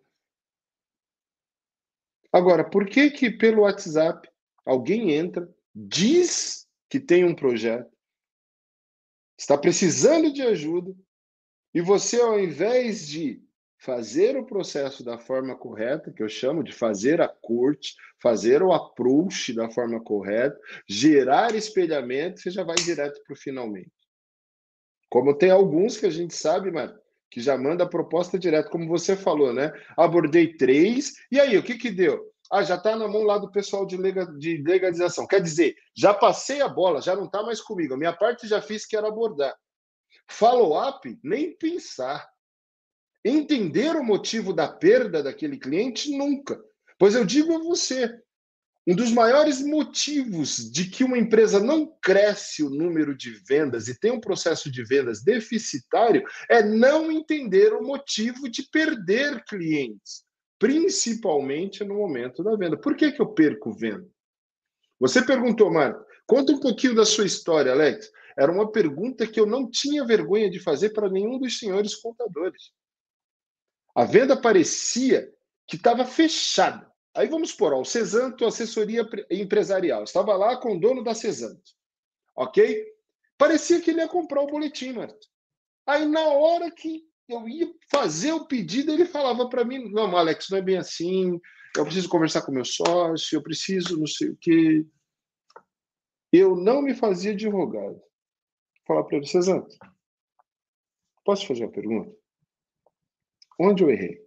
Agora, por que que pelo WhatsApp alguém entra, diz que tem um projeto, está precisando de ajuda, e você, ao invés de fazer o processo da forma correta, que eu chamo de fazer a corte, fazer o approach da forma correta, gerar espelhamento, você já vai direto para o finalmente. Como tem alguns que a gente sabe, mano, que já manda a proposta direto, como você falou, né? Abordei 3, e aí, o que que deu? Ah, já está na mão lá do pessoal de legalização. Quer dizer, já passei a bola, já não está mais comigo. A minha parte já fiz, que era abordar. Follow-up, nem pensar. Entender o motivo da perda daquele cliente, nunca. Pois eu digo a você, um dos maiores motivos de que uma empresa não cresce o número de vendas e tem um processo de vendas deficitário é não entender o motivo de perder clientes, principalmente no momento da venda. Por que eu perco venda? Você perguntou, Marco, conta um pouquinho da sua história, Alex. Era uma pergunta que eu não tinha vergonha de fazer para nenhum dos senhores contadores. A venda parecia que estava fechada. Aí vamos supor, o Cesanto, assessoria empresarial. Estava lá com o dono da Cesanto. Ok? Parecia que ele ia comprar o boletim, Marta. Aí na hora que eu ia fazer o pedido, ele falava para mim, não, Alex, não é bem assim, eu preciso conversar com meu sócio, eu preciso não sei o quê. Eu não me fazia advogado. Falar para ele, Cesanto, posso fazer uma pergunta? Onde eu errei?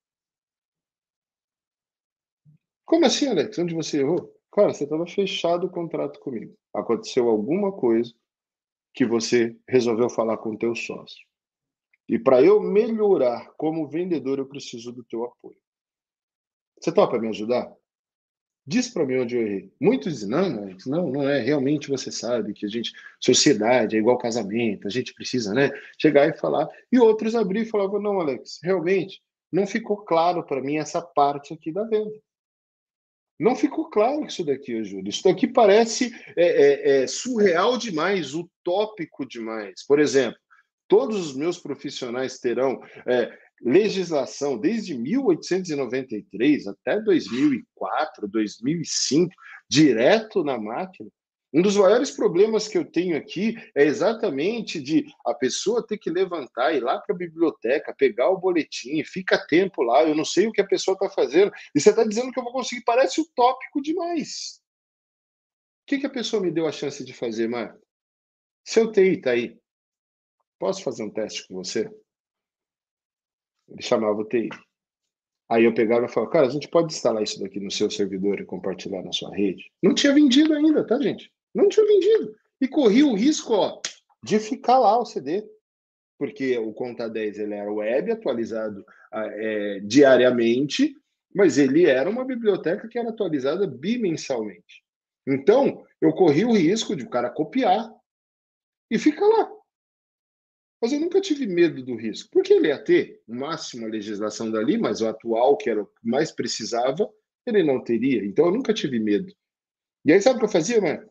Como assim, Alex? Onde você errou? Cara, você estava fechado o contrato comigo. Aconteceu alguma coisa que você resolveu falar com o teu sócio. E para eu melhorar como vendedor, eu preciso do teu apoio. Você topa me ajudar? Diz para mim onde eu errei. Muitos dizem, não, Alex, não é. Realmente você sabe que a gente, sociedade é igual casamento, a gente precisa, né, chegar e falar. E outros abriram e falavam, não, Alex, realmente não ficou claro para mim essa parte aqui da venda. Não ficou claro isso daqui, Júlio. Isso daqui parece surreal demais, utópico demais. Por exemplo, todos os meus profissionais terão legislação desde 1893 até 2004, 2005, direto na máquina. Um dos maiores problemas que eu tenho aqui é exatamente de a pessoa ter que levantar, ir lá para a biblioteca, pegar o boletim, fica tempo lá, eu não sei o que a pessoa está fazendo, e você está dizendo que eu vou conseguir, parece utópico demais. O que a pessoa me deu a chance de fazer, Marco? Seu TI está aí. Posso fazer um teste com você? Ele chamava o TI. Aí eu pegava e falava, cara, a gente pode instalar isso daqui no seu servidor e compartilhar na sua rede? Não tinha vendido ainda, tá, gente? Não tinha vendido. E corria o risco, de ficar lá o CD. Porque o Conta 10 ele era web, atualizado diariamente, mas ele era uma biblioteca que era atualizada bimensalmente. Então, eu corri o risco de o cara copiar e ficar lá. Mas eu nunca tive medo do risco, porque ele ia ter o máximo a legislação dali, mas o atual, que era o que mais precisava, ele não teria. Então eu nunca tive medo. E aí sabe o que eu fazia, mano?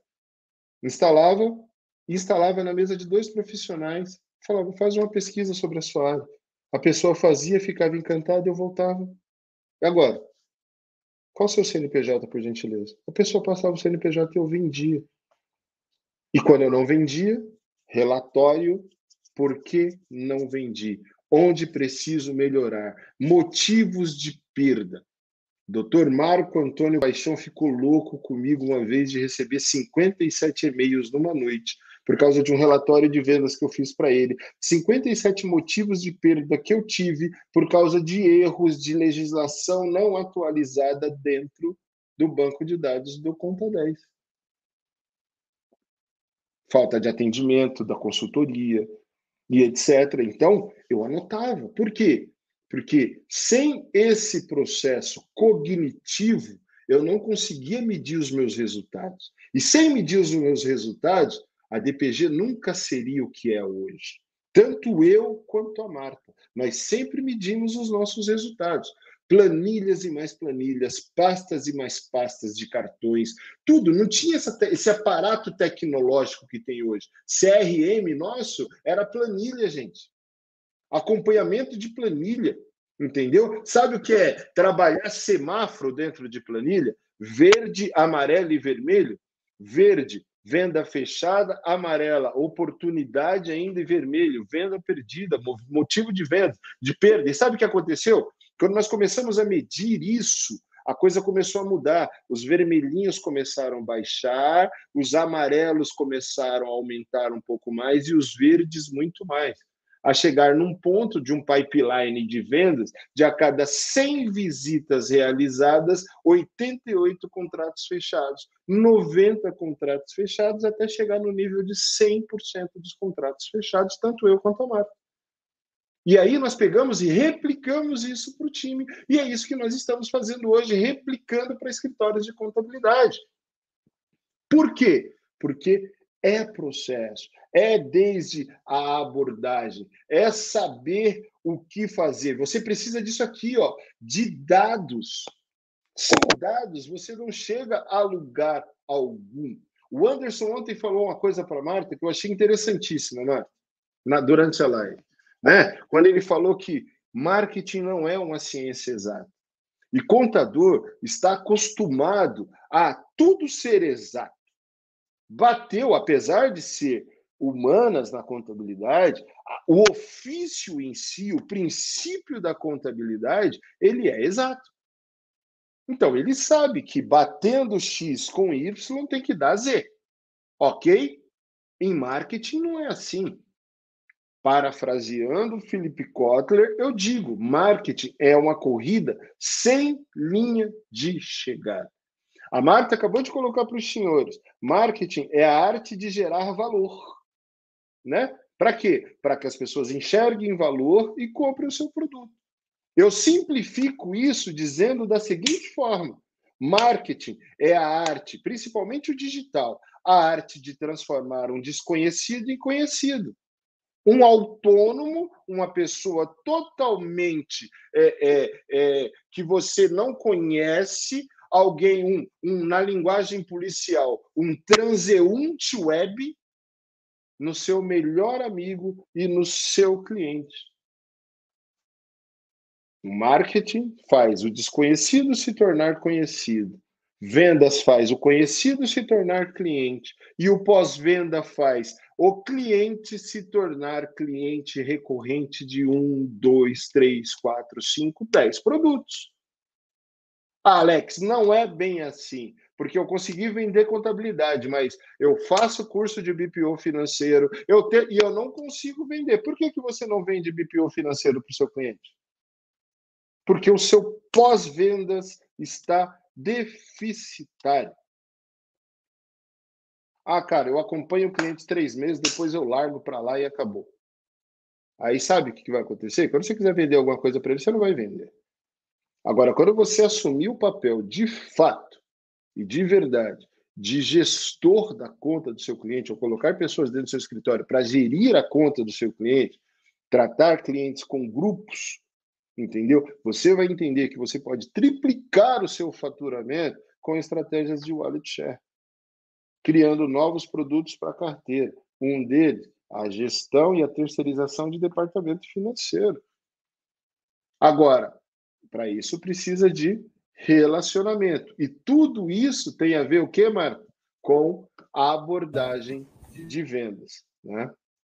Instalava na mesa de 2 profissionais, falava, faz uma pesquisa sobre a sua área. A pessoa fazia, ficava encantada, eu voltava. E agora? Qual o seu CNPJ, por gentileza? A pessoa passava o CNPJ e eu vendia. E quando eu não vendia, relatório, por que não vendi? Onde preciso melhorar? Motivos de perda. Dr. Marco Antônio Paixão ficou louco comigo uma vez de receber 57 e-mails numa noite, por causa de um relatório de vendas que eu fiz para ele. 57 motivos de perda que eu tive por causa de erros de legislação não atualizada dentro do banco de dados do Conta 10. Falta de atendimento da consultoria e etc. Então, eu anotava. Por quê? Porque sem esse processo cognitivo, eu não conseguia medir os meus resultados. E sem medir os meus resultados, a DPG nunca seria o que é hoje. Tanto eu quanto a Marta. Nós sempre medimos os nossos resultados. Planilhas e mais planilhas, pastas e mais pastas de cartões, tudo. Não tinha esse aparato tecnológico que tem hoje. CRM nosso era planilha, gente. Acompanhamento de planilha, entendeu? Sabe o que é trabalhar semáforo dentro de planilha? Verde, amarelo e vermelho. Verde, venda fechada, amarela, oportunidade ainda e vermelho, venda perdida, motivo de venda, de perda. E sabe o que aconteceu? Quando nós começamos a medir isso, a coisa começou a mudar. Os vermelhinhos começaram a baixar, os amarelos começaram a aumentar um pouco mais e os verdes muito mais. A chegar num ponto de um pipeline de vendas de a cada 100 visitas realizadas, 88 contratos fechados, 90 contratos fechados, até chegar no nível de 100% dos contratos fechados, tanto eu quanto a Marta. E aí nós pegamos e replicamos isso para o time. E é isso que nós estamos fazendo hoje, replicando para escritórios de contabilidade. Por quê? Porque é processo, é desde a abordagem, é saber o que fazer. Você precisa disso aqui, ó, de dados. Sem dados, você não chega a lugar algum. O Anderson ontem falou uma coisa para a Marta que eu achei interessantíssima, né? Durante a live. Né? Quando ele falou que marketing não é uma ciência exata. E contador está acostumado a tudo ser exato. Bateu, apesar de ser humanas na contabilidade, o ofício em si, o princípio da contabilidade, ele é exato. Então, ele sabe que batendo X com Y tem que dar Z. Ok? Em marketing não é assim. Parafraseando Philip Kotler, eu digo, marketing é uma corrida sem linha de chegada. A Marta acabou de colocar para os senhores, marketing é a arte de gerar valor. Né? Para quê? Para que as pessoas enxerguem valor e comprem o seu produto. Eu simplifico isso dizendo da seguinte forma, marketing é a arte, principalmente o digital, a arte de transformar um desconhecido em conhecido. Um autônomo, uma pessoa totalmente que você não conhece, alguém, na linguagem policial, um transeunte web, no seu melhor amigo e no seu cliente. O marketing faz o desconhecido se tornar conhecido. Vendas faz o conhecido se tornar cliente. E o pós-venda faz o cliente se tornar cliente recorrente de 1, 2, 3, 4, 5, 10 produtos. Alex, não é bem assim, porque eu consegui vender contabilidade, mas eu faço curso de BPO financeiro e eu não consigo vender. Por que você não vende BPO financeiro para o seu cliente? Porque o seu pós-vendas está deficitário. Ah, cara, eu acompanho o cliente 3 meses, depois eu largo para lá e acabou. Aí sabe o que vai acontecer? Quando você quiser vender alguma coisa para ele, você não vai vender. Agora, quando você assumir o papel de fato e de verdade de gestor da conta do seu cliente, ou colocar pessoas dentro do seu escritório para gerir a conta do seu cliente, tratar clientes com grupos, entendeu? Você vai entender que você pode triplicar o seu faturamento com estratégias de wallet share, criando novos produtos para a carteira. Um deles, a gestão e a terceirização de departamento financeiro. Agora, para isso precisa de relacionamento. E tudo isso tem a ver o quê, Marta? Com a abordagem de vendas, né?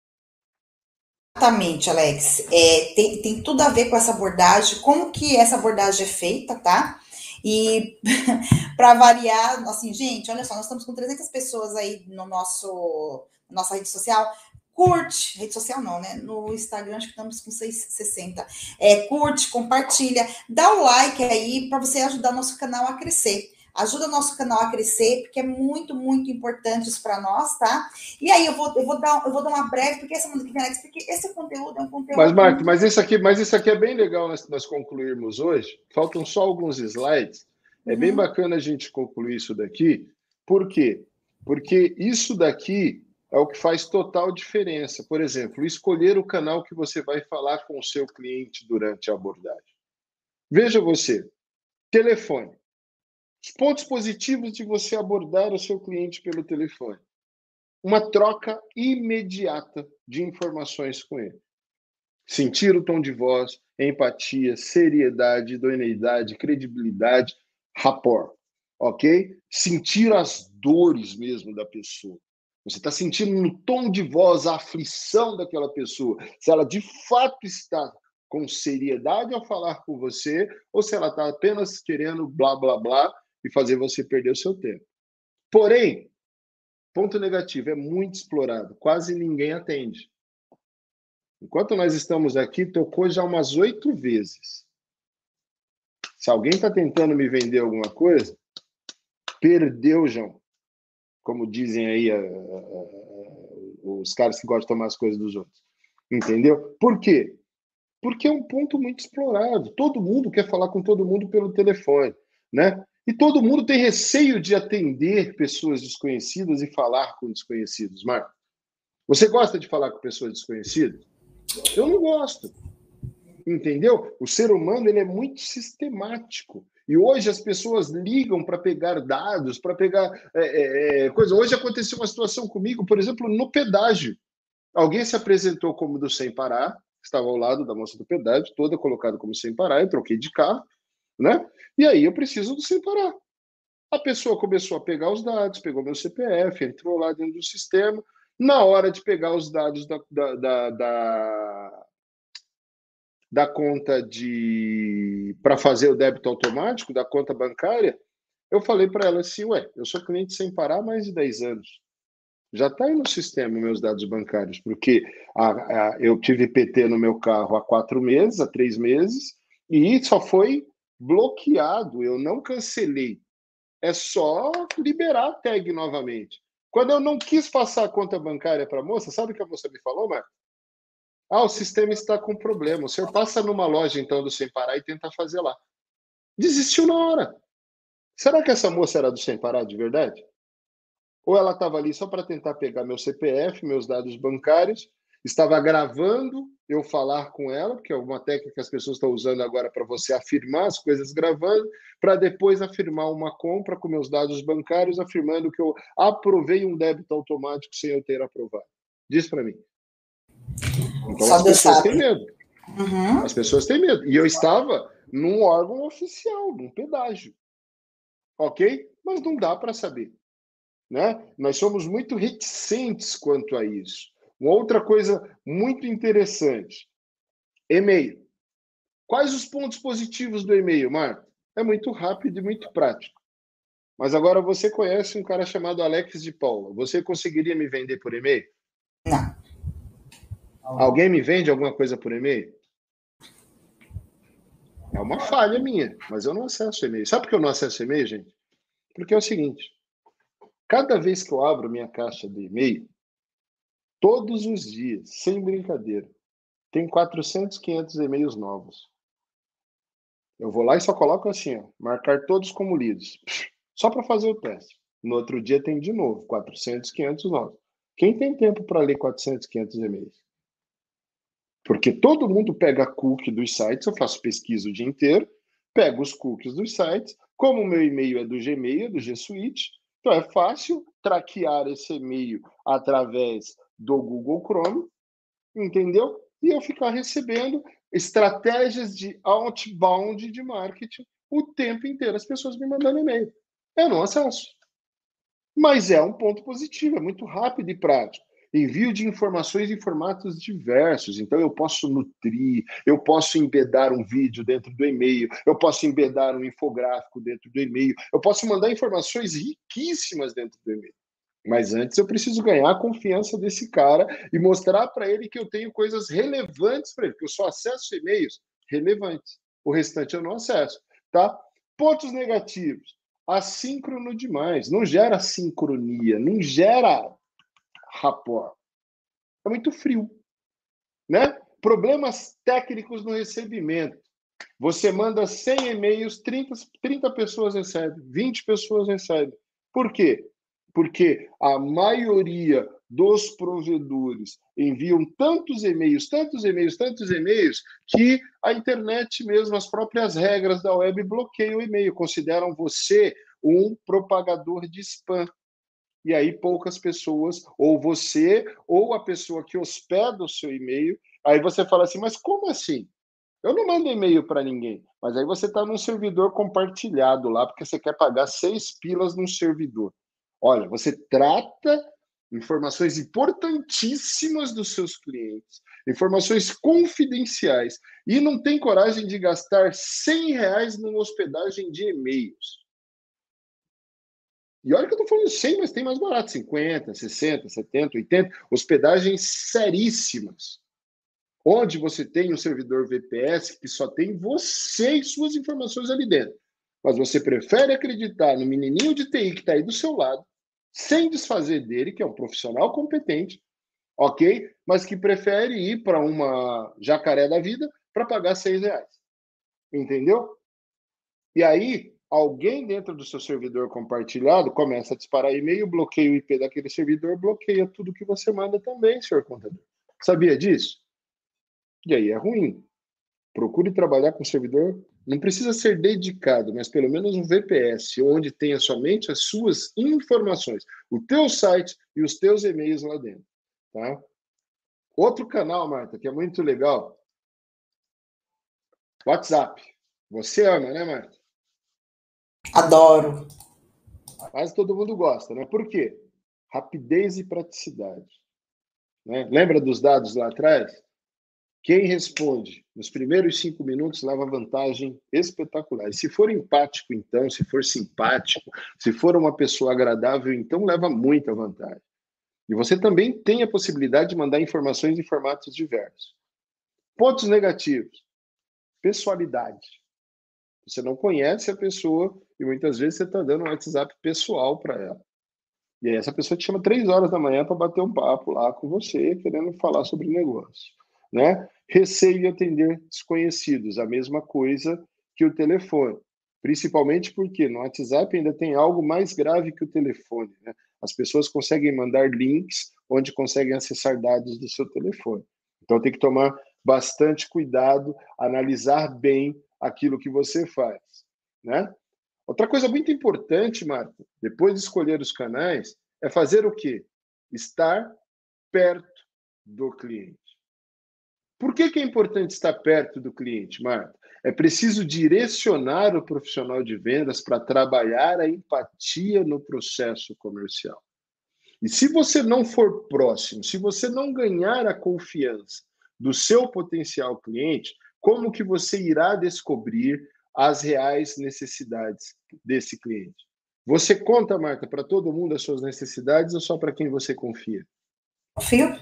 Exatamente, Alex. Tem tudo a ver com essa abordagem, como que essa abordagem é feita, tá? E para variar, assim, gente, olha só, nós estamos com 300 pessoas aí no nossa rede social. Curte, rede social não, né? No Instagram acho que estamos com 660. Curte, compartilha, dá o like aí para você ajudar nosso canal a crescer. Ajuda o nosso canal a crescer, porque é muito, muito importante isso para nós, tá? E aí eu vou dar uma breve, porque essa semana que vem, Alex, porque esse conteúdo é um conteúdo. Mas, Marco, mas isso aqui é bem legal nós concluirmos hoje. Faltam só alguns slides. É bem bacana a gente concluir isso daqui. Por quê? Porque isso daqui é o que faz total diferença. Por exemplo, escolher o canal que você vai falar com o seu cliente durante a abordagem. Veja você, telefone. Os pontos positivos de você abordar o seu cliente pelo telefone. Uma troca imediata de informações com ele. Sentir o tom de voz, empatia, seriedade, idoneidade, credibilidade, rapport, ok? Sentir as dores mesmo da pessoa. Você está sentindo no tom de voz a aflição daquela pessoa, se ela de fato está com seriedade ao falar com você, ou se ela está apenas querendo blá, blá, blá e fazer você perder o seu tempo. Porém, ponto negativo, é muito explorado, quase ninguém atende. Enquanto nós estamos aqui, tocou já umas 8 vezes. Se alguém está tentando me vender alguma coisa, perdeu, João. Como dizem aí os caras que gostam de tomar as coisas dos outros. Entendeu? Por quê? Porque é um ponto muito explorado. Todo mundo quer falar com todo mundo pelo telefone, né? E todo mundo tem receio de atender pessoas desconhecidas e falar com desconhecidos, Marco. Você gosta de falar com pessoas desconhecidas? Eu não gosto. Entendeu? O ser humano ele é muito sistemático. E hoje as pessoas ligam para pegar dados, para pegar coisa. Hoje aconteceu uma situação comigo, por exemplo, no pedágio. Alguém se apresentou como do Sem Parar, estava ao lado da moça do pedágio, toda colocada como Sem Parar, eu troquei de carro, né? E aí eu preciso do Sem Parar. A pessoa começou a pegar os dados, pegou meu CPF, entrou lá dentro do sistema. Na hora de pegar os dados da conta para fazer o débito automático, da conta bancária, eu falei para ela assim, ué, eu sou cliente Sem Parar há mais de 10 anos. Já está aí no sistema meus dados bancários, porque eu tive PT no meu carro há 4 meses, há 3 meses, e só foi bloqueado, eu não cancelei. É só liberar a tag novamente. Quando eu não quis passar a conta bancária para a moça, sabe o que a moça me falou, Marco? O sistema está com problema. O senhor passa numa loja, então, do Sem Parar e tenta fazer lá. Desistiu na hora. Será que essa moça era do Sem Parar de verdade? Ou ela estava ali só para tentar pegar meu CPF, meus dados bancários, estava gravando eu falar com ela, porque é uma técnica que as pessoas estão usando agora para você afirmar as coisas gravando, para depois afirmar uma compra com meus dados bancários, afirmando que eu aprovei um débito automático sem eu ter aprovado. Diz para mim. Então Só as Deus pessoas sabe. têm medo. Uhum. As pessoas têm medo. E eu estava num órgão oficial, num pedágio. Ok? Mas não dá para saber. Né? Nós somos muito reticentes quanto a isso. Uma outra coisa muito interessante: e-mail. Quais os pontos positivos do e-mail, Marco? É muito rápido e muito prático. Mas agora você conhece um cara chamado Alex de Paula. Você conseguiria me vender por e-mail? Não. Alguém me vende alguma coisa por e-mail? É uma falha minha, mas eu não acesso e-mail. Sabe por que eu não acesso e-mail, gente? Porque é o seguinte: cada vez que eu abro minha caixa de e-mail, todos os dias, sem brincadeira, tem 400, 500 e-mails novos. Eu vou lá e só coloco assim, ó, marcar todos como lidos. Só para fazer o teste. No outro dia tem de novo, 400, 500 novos. Quem tem tempo para ler 400, 500 e-mails? Porque todo mundo pega cookie dos sites, eu faço pesquisa o dia inteiro, pego os cookies dos sites, como o meu e-mail é do Gmail, é do G Suite, então é fácil traquear esse e-mail através do Google Chrome, entendeu? E eu ficar recebendo estratégias de outbound de marketing o tempo inteiro, as pessoas me mandando e-mail. Eu não acesso. Mas é um ponto positivo, é muito rápido e prático. Envio de informações em formatos diversos. Então, eu posso nutrir, eu posso embedar um vídeo dentro do e-mail, eu posso embedar um infográfico dentro do e-mail, eu posso mandar informações riquíssimas dentro do e-mail. Mas antes eu preciso ganhar a confiança desse cara e mostrar para ele que eu tenho coisas relevantes para ele, que eu só acesso e-mails relevantes. O restante eu não acesso, tá? Pontos negativos. Assíncrono demais, não gera sincronia, não gera rapport. É muito frio, né? Problemas técnicos no recebimento. Você manda 100 e-mails, 30 pessoas recebem, 20 pessoas recebem. Por quê? Porque a maioria dos provedores enviam tantos e-mails, tantos e-mails, tantos e-mails, que a internet mesmo, as próprias regras da web bloqueiam o e-mail, consideram você um propagador de spam. E aí poucas pessoas, ou você, ou a pessoa que hospeda o seu e-mail, aí você fala assim, mas como assim? Eu não mando e-mail para ninguém, mas aí você está num servidor compartilhado lá, porque você quer pagar 6 pilas num servidor. Olha, você trata informações importantíssimas dos seus clientes informações confidenciais, e não tem coragem de gastar R$ 100 numa hospedagem de e-mails. E olha que eu estou falando 100, mas tem mais barato, 50, 60, 70, 80, hospedagens seríssimas, onde você tem um servidor VPS que só tem você e suas informações ali dentro. Mas você prefere acreditar no menininho de TI que está aí do seu lado, sem desfazer dele, que é um profissional competente, ok? Mas que prefere ir para uma jacaré da vida para pagar R$ 6. Entendeu? E aí, alguém dentro do seu servidor compartilhado começa a disparar e-mail, bloqueia o IP daquele servidor, bloqueia tudo que você manda também, senhor contador. Sabia disso? E aí é ruim. Procure trabalhar com servidor, não precisa ser dedicado, mas pelo menos um VPS, onde tenha somente as suas informações, o teu site e os teus e-mails lá dentro. Tá? Outro canal, Marta, que é muito legal, WhatsApp. Você ama, né, Marta? Adoro. Quase todo mundo gosta, né? Por quê? Rapidez e praticidade. Né? Lembra dos dados lá atrás? Quem responde nos primeiros 5 minutos leva vantagem espetacular. E se for empático, então, se for simpático, se for uma pessoa agradável, então leva muita vantagem. E você também tem a possibilidade de mandar informações em formatos diversos. Pontos negativos. Pessoalidade. Você não conhece a pessoa e muitas vezes você está dando um WhatsApp pessoal para ela. E aí essa pessoa te chama 3 horas da manhã para bater um papo lá com você, querendo falar sobre negócio. Né? Receio de atender desconhecidos, a mesma coisa que o telefone. Principalmente porque no WhatsApp ainda tem algo mais grave que o telefone. Né? As pessoas conseguem mandar links onde conseguem acessar dados do seu telefone. Então tem que tomar bastante cuidado, analisar bem aquilo que você faz. Né? Outra coisa muito importante, Marta, depois de escolher os canais, é fazer o quê? Estar perto do cliente. Por que é importante estar perto do cliente, Marta? É preciso direcionar o profissional de vendas para trabalhar a empatia no processo comercial. E se você não for próximo, se você não ganhar a confiança do seu potencial cliente, como que você irá descobrir as reais necessidades desse cliente? Você conta, Marta, para todo mundo as suas necessidades ou só para quem você confia? Confio?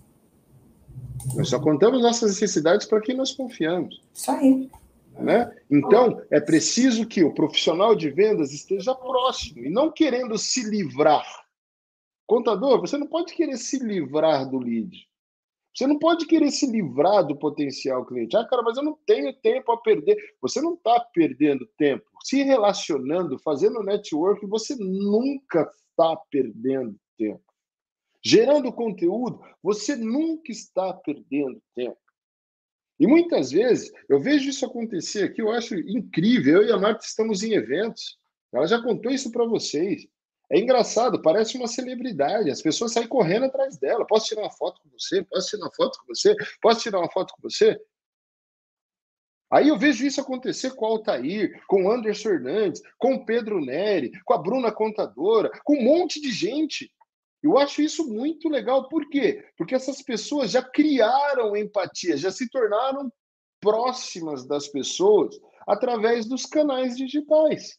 Nós só contamos nossas necessidades para quem nós confiamos. Isso aí. Né? Então, é preciso que o profissional de vendas esteja próximo e não querendo se livrar. Contador, você não pode querer se livrar do lead. Você não pode querer se livrar do potencial cliente. Ah, cara, mas eu não tenho tempo a perder. Você não está perdendo tempo. Se relacionando, fazendo network, você nunca está perdendo tempo. Gerando conteúdo, você nunca está perdendo tempo. E muitas vezes, eu vejo isso acontecer aqui, eu acho incrível. Eu e a Marta estamos em eventos. Ela já contou isso para vocês. É engraçado, parece uma celebridade. As pessoas saem correndo atrás dela. Posso tirar uma foto com você? Posso tirar uma foto com você? Posso tirar uma foto com você? Aí eu vejo isso acontecer com o Altair, com o Anderson Hernandes, com o Pedro Neri, com a Bruna Contadora, com um monte de gente. Eu acho isso muito legal. Por quê? Porque essas pessoas já criaram empatia, já se tornaram próximas das pessoas através dos canais digitais.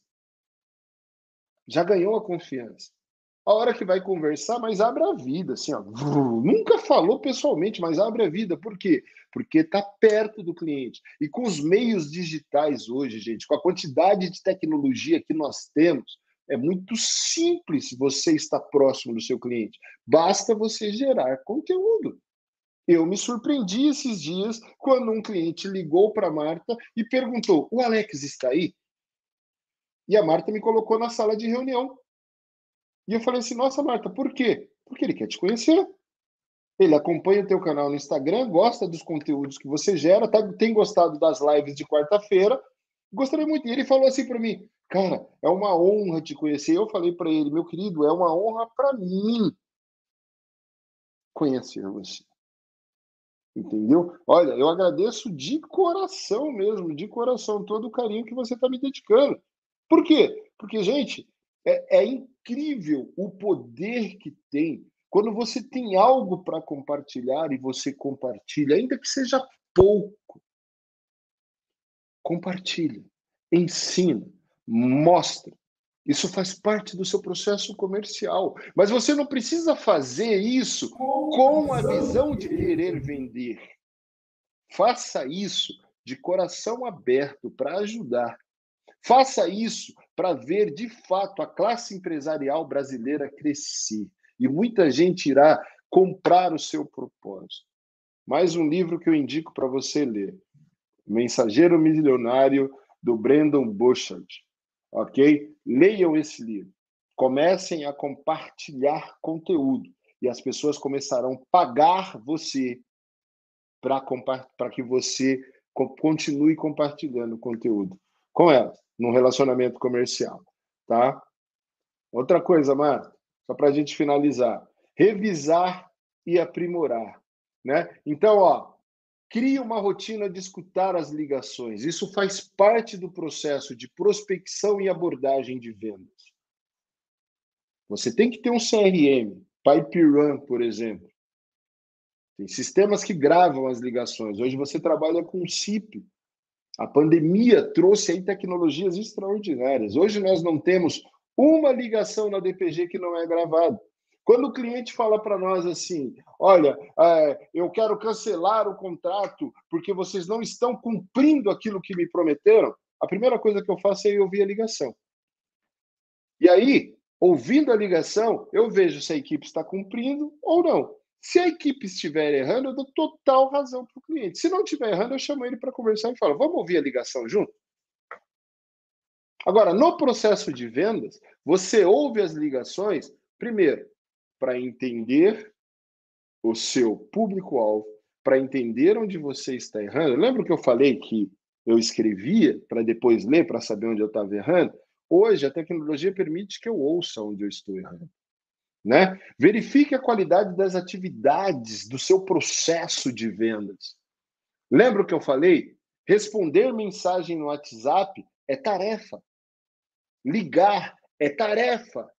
Já ganhou a confiança. A hora que vai conversar, mas abre a vida, assim, ó. Nunca falou pessoalmente, mas abre a vida. Por quê? Porque está perto do cliente. E com os meios digitais hoje, gente, com a quantidade de tecnologia que nós temos, é muito simples você estar próximo do seu cliente. Basta você gerar conteúdo. Eu me surpreendi esses dias quando um cliente ligou para a Marta e perguntou: o Alex está aí? E a Marta me colocou na sala de reunião. E eu falei assim: nossa, Marta, por quê? Porque ele quer te conhecer. Ele acompanha o teu canal no Instagram, gosta dos conteúdos que você gera, tem gostado das lives de quarta-feira. Gostaria muito. E ele falou assim para mim: cara, é uma honra te conhecer. Eu falei para ele: meu querido, é uma honra para mim conhecer você. Entendeu? Olha, eu agradeço de coração mesmo, de coração, todo o carinho que você está me dedicando. Por quê? Porque, gente, é incrível o poder que tem Quando você tem algo para compartilhar e você compartilha, ainda que seja pouco, compartilha, ensina, mostra. Isso faz parte do seu processo comercial. Mas você não precisa fazer isso com a visão de querer vender. Faça isso de coração aberto para ajudar. Faça isso para ver, de fato, a classe empresarial brasileira crescer. E muita gente irá comprar o seu propósito. Mais um livro que eu indico para você ler. Mensageiro Milionário, do Brandon Burchard. Ok? Leiam esse livro. Comecem a compartilhar conteúdo. E as pessoas começarão a pagar você para que você continue compartilhando conteúdo com elas, num relacionamento comercial. Tá? Outra coisa, Marta, só para a gente finalizar. Revisar e aprimorar. Né? Então, crie uma rotina de escutar as ligações. Isso faz parte do processo de prospecção e abordagem de vendas. Você tem que ter um CRM, PipeRun, por exemplo. Tem sistemas que gravam as ligações. Hoje você trabalha com SIP. A pandemia trouxe aí tecnologias extraordinárias. Hoje nós não temos uma ligação na DPG que não é gravada. Quando o cliente fala para nós assim, olha, eu quero cancelar o contrato porque vocês não estão cumprindo aquilo que me prometeram, a primeira coisa que eu faço é ir ouvir a ligação. E aí, ouvindo a ligação, eu vejo se a equipe está cumprindo ou não. Se a equipe estiver errando, eu dou total razão para o cliente. Se não estiver errando, eu chamo ele para conversar e falo, vamos ouvir a ligação junto? Agora, no processo de vendas, você ouve as ligações, primeiro, para entender o seu público-alvo, para entender onde você está errando. Lembra que eu falei que eu escrevia para depois ler, para saber onde eu estava errando? Hoje, a tecnologia permite que eu ouça onde eu estou errando. Né? Verifique a qualidade das atividades do seu processo de vendas. Lembra o que eu falei? Responder mensagem no WhatsApp é tarefa. Ligar é tarefa.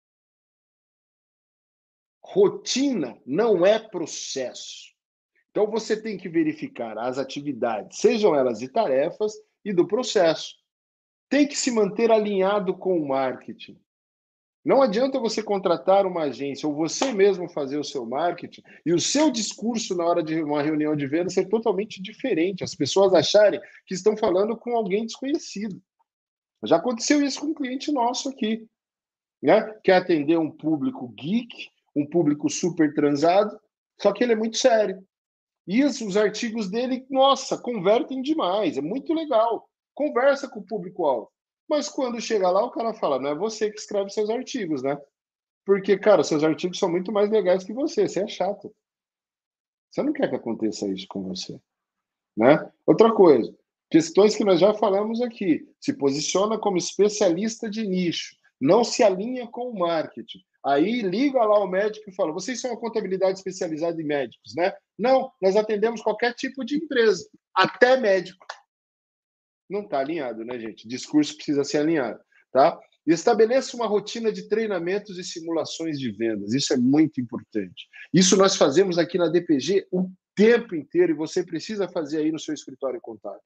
Rotina não é processo. Então você tem que verificar as atividades, sejam elas de tarefas e do processo. Tem que se manter alinhado com o marketing. Não adianta você contratar uma agência ou você mesmo fazer o seu marketing e o seu discurso na hora de uma reunião de venda ser totalmente diferente. As pessoas acharem que estão falando com alguém desconhecido. Já aconteceu isso com um cliente nosso aqui. Né? Quer atender um público geek, um público super transado, só que ele é muito sério. E os artigos dele, nossa, convertem demais, é muito legal. Conversa com o público-alvo. Mas quando chega lá, o cara fala, não é você que escreve seus artigos, né? Porque, cara, seus artigos são muito mais legais que você é chato. Você não quer que aconteça isso com você. Né? Outra coisa, questões que nós já falamos aqui. Se posiciona como especialista de nicho. Não se alinha com o marketing. Aí liga lá o médico e fala, vocês são uma contabilidade especializada em médicos, né? Não, nós atendemos qualquer tipo de empresa, até médico. Não está alinhado, né, gente? Discurso precisa ser alinhado, tá? E estabeleça uma rotina de treinamentos e simulações de vendas. Isso é muito importante. Isso nós fazemos aqui na DPG o tempo inteiro e você precisa fazer aí no seu escritório contábil.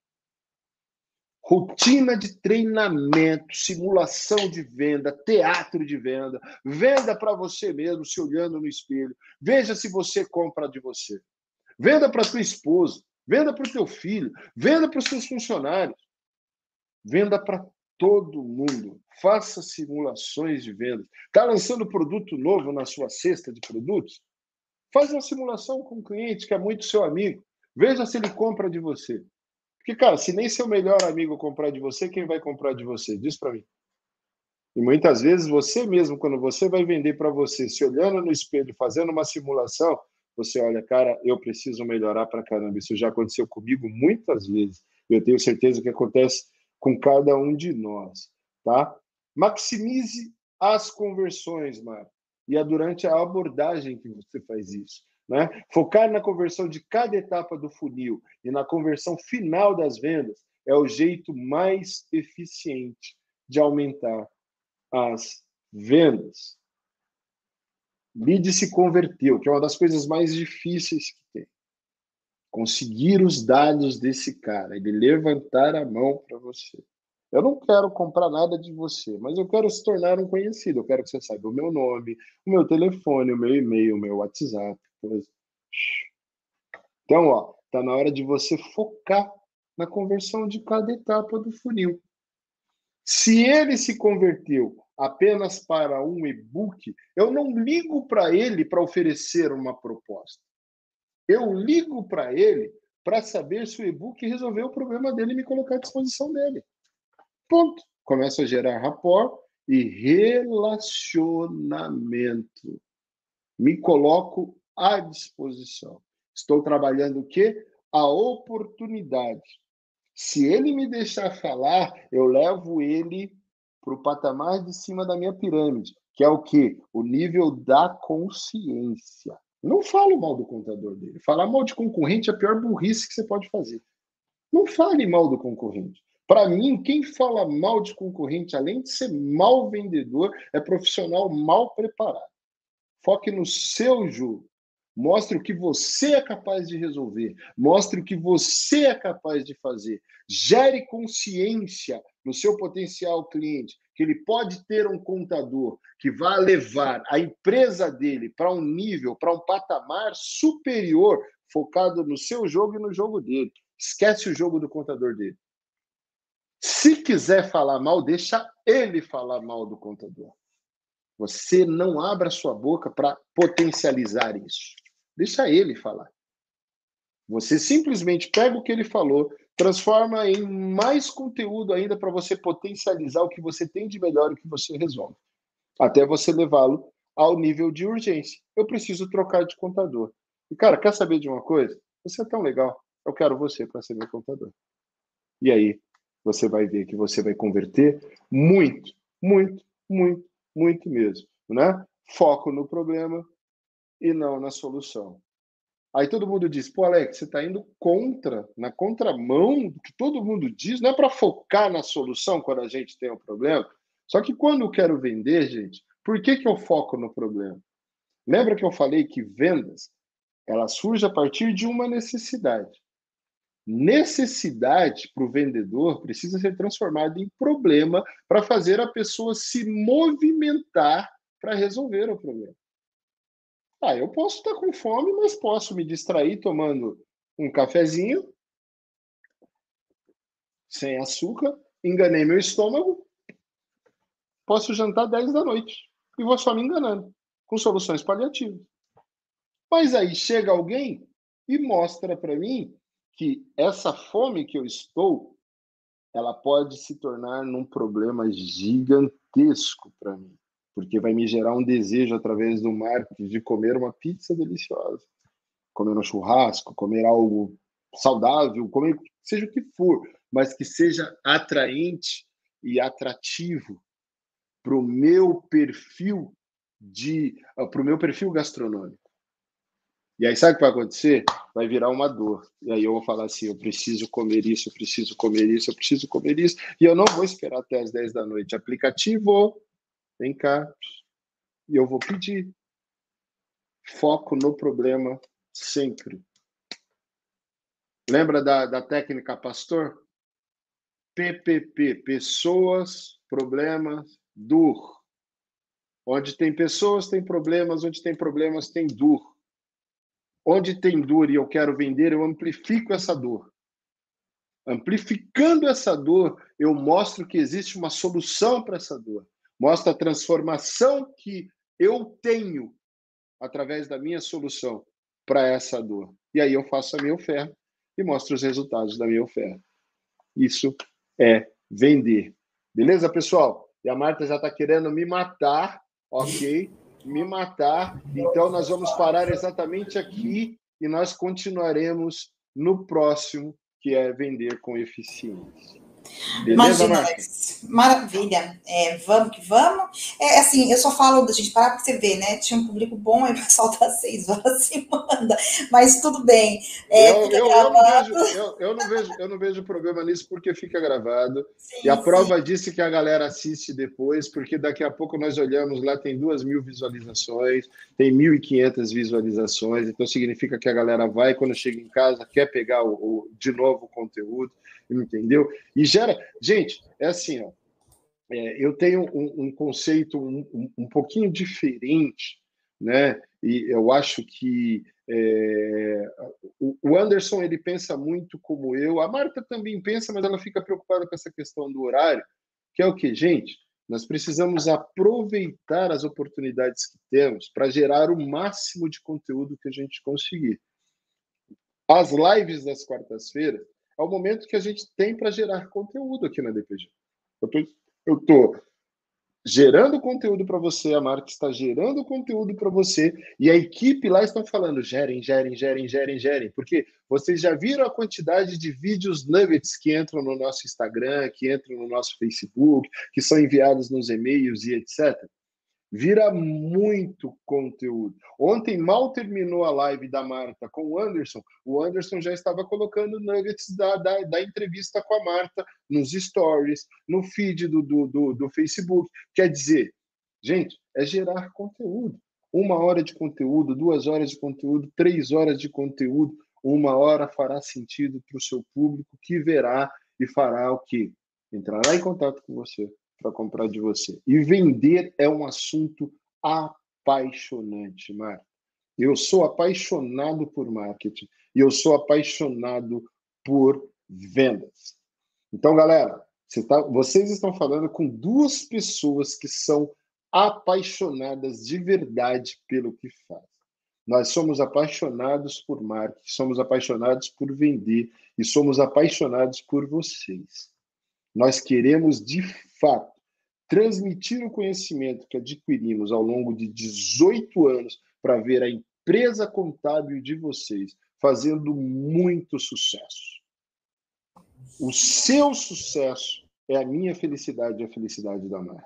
Rotina de treinamento, simulação de venda, teatro de venda, venda para você mesmo, se olhando no espelho. Veja se você compra de você. Venda para tua esposa, venda para o teu filho, venda para os seus funcionários. Venda para todo mundo. Faça simulações de vendas. Está lançando produto novo na sua cesta de produtos? Faz uma simulação com um cliente que é muito seu amigo. Veja se ele compra de você. Porque, cara, se nem seu melhor amigo comprar de você, quem vai comprar de você? Diz para mim. E muitas vezes você mesmo, quando você vai vender para você, se olhando no espelho, fazendo uma simulação, você olha, cara, eu preciso melhorar para caramba. Isso já aconteceu comigo muitas vezes. Eu tenho certeza que acontece com cada um de nós, tá? Maximize as conversões, Marco. E é durante a abordagem que você faz isso. Né? Focar na conversão de cada etapa do funil e na conversão final das vendas é o jeito mais eficiente de aumentar as vendas. Lead se converteu, que é uma das coisas mais difíceis que tem. Conseguir os dados desse cara, ele levantar a mão para você. Eu não quero comprar nada de você, mas eu quero se tornar um conhecido. Eu quero que você saiba o meu nome, o meu telefone, o meu e-mail, o meu WhatsApp. Então, ó, tá na hora de você focar na conversão de cada etapa do funil. Se ele se converteu apenas para um e-book, eu não ligo para ele para oferecer uma proposta. Eu ligo para ele para saber se o e-book resolveu o problema dele e me colocar à disposição dele. Ponto. Começa a gerar rapport e relacionamento. Me coloco à disposição. Estou trabalhando o quê? A oportunidade. Se ele me deixar falar, eu levo ele para o patamar de cima da minha pirâmide, que é o quê? O nível da consciência. Não falo mal do contador dele. Falar mal de concorrente é a pior burrice que você pode fazer. Não fale mal do concorrente. Para mim, quem fala mal de concorrente, além de ser mal vendedor, é profissional mal preparado. Foque no seu jogo. Mostre o que você é capaz de resolver. Mostre o que você é capaz de fazer. Gere consciência no seu potencial cliente, que ele pode ter um contador que vai levar a empresa dele para um nível, para um patamar superior, focado no seu jogo e no jogo dele. Esquece o jogo do contador dele. Se quiser falar mal, deixa ele falar mal do contador. Você não abra sua boca para potencializar isso. Deixa ele falar. Você simplesmente pega o que ele falou, transforma em mais conteúdo ainda para você potencializar o que você tem de melhor e o que você resolve. Até você levá-lo ao nível de urgência. Eu preciso trocar de contador. E, cara, quer saber de uma coisa? Você é tão legal. Eu quero você para ser meu contador. E aí, você vai ver que você vai converter muito, muito, muito, muito mesmo, né? Foco no problema e não na solução. Aí todo mundo diz, pô, Alex, você está indo na contramão do que todo mundo diz, não é para focar na solução quando a gente tem um problema. Só que quando eu quero vender, gente, por que eu foco no problema? Lembra que eu falei que vendas, ela surge a partir de uma necessidade. Necessidade para o vendedor precisa ser transformada em problema para fazer a pessoa se movimentar para resolver o problema. Eu posso estar com fome, mas posso me distrair tomando um cafezinho sem açúcar, enganei meu estômago, posso jantar 10 da noite e vou só me enganando, com soluções paliativas. Mas aí chega alguém e mostra para mim que essa fome que eu estou, ela pode se tornar num problema gigantesco para mim, porque vai me gerar um desejo através do marketing de comer uma pizza deliciosa, comer um churrasco, comer algo saudável, comer seja o que for, mas que seja atraente e atrativo para o meu perfil gastronômico. E aí, sabe o que vai acontecer? Vai virar uma dor. E aí eu vou falar assim, eu preciso comer isso, eu preciso comer isso, eu preciso comer isso. E eu não vou esperar até as 10 da noite. Aplicativo, vem cá. E eu vou pedir. Foco no problema sempre. Lembra da técnica Pastor? PPP, pessoas, problemas, dor. Onde tem pessoas, tem problemas. Onde tem problemas, tem dor. Onde tem dor e eu quero vender, eu amplifico essa dor. Amplificando essa dor, eu mostro que existe uma solução para essa dor. Mostro a transformação que eu tenho através da minha solução para essa dor. E aí eu faço a minha oferta e mostro os resultados da minha oferta. Isso é vender. Beleza, pessoal? E a Marta já está querendo me matar, ok? Me matar. Então, nós vamos parar exatamente aqui e nós continuaremos no próximo, que é vender com eficiência. Beleza, Imagina, Marta? Alex. Maravilha. Vamos que vamos. Assim, eu só falo da gente parar para você ver, né? Tinha um público bom, aí o pessoal tá 6 horas se manda. Mas tudo bem. Fica gravado. Eu não vejo problema nisso porque fica gravado. E a Sim, sim. prova disso que a galera assiste depois, porque daqui a pouco nós olhamos lá, tem 2.000 visualizações, tem 1.500 visualizações, então significa que a galera vai, quando chega em casa, quer pegar de novo o conteúdo, entendeu? E gera. Gente, é assim, ó. Eu tenho um conceito um pouquinho diferente, né? E eu acho que o Anderson ele pensa muito como eu, a Marta também pensa, mas ela fica preocupada com essa questão do horário, que é o que, gente? Nós precisamos aproveitar as oportunidades que temos para gerar o máximo de conteúdo que a gente conseguir. As lives das quartas-feiras é o momento que a gente tem para gerar conteúdo aqui na DPG. Eu estou gerando conteúdo para você, a marca está gerando conteúdo para você, e a equipe lá estão falando, gerem, gerem, gerem, gerem, gerem, porque vocês já viram a quantidade de vídeos nuggets que entram no nosso Instagram, que entram no nosso Facebook, que são enviados nos e-mails e etc. Vira muito conteúdo. Ontem mal terminou a live da Marta com o Anderson já estava colocando nuggets da entrevista com a Marta nos stories, no feed do Facebook. Quer dizer, gente, é gerar conteúdo. 1 hora de conteúdo, 2 horas de conteúdo, 3 horas de conteúdo, 1 hora fará sentido para o seu público que verá e fará o quê? Entrará em contato com você para comprar de você. E vender é um assunto apaixonante, Marta. Eu sou apaixonado por marketing e eu sou apaixonado por vendas. Então, galera, vocês estão falando com duas pessoas que são apaixonadas de verdade pelo que fazem. Nós somos apaixonados por marketing, somos apaixonados por vender e somos apaixonados por vocês. Nós queremos, de fato, transmitir o conhecimento que adquirimos ao longo de 18 anos para ver a empresa contábil de vocês fazendo muito sucesso. O seu sucesso é a minha felicidade e a felicidade da marca.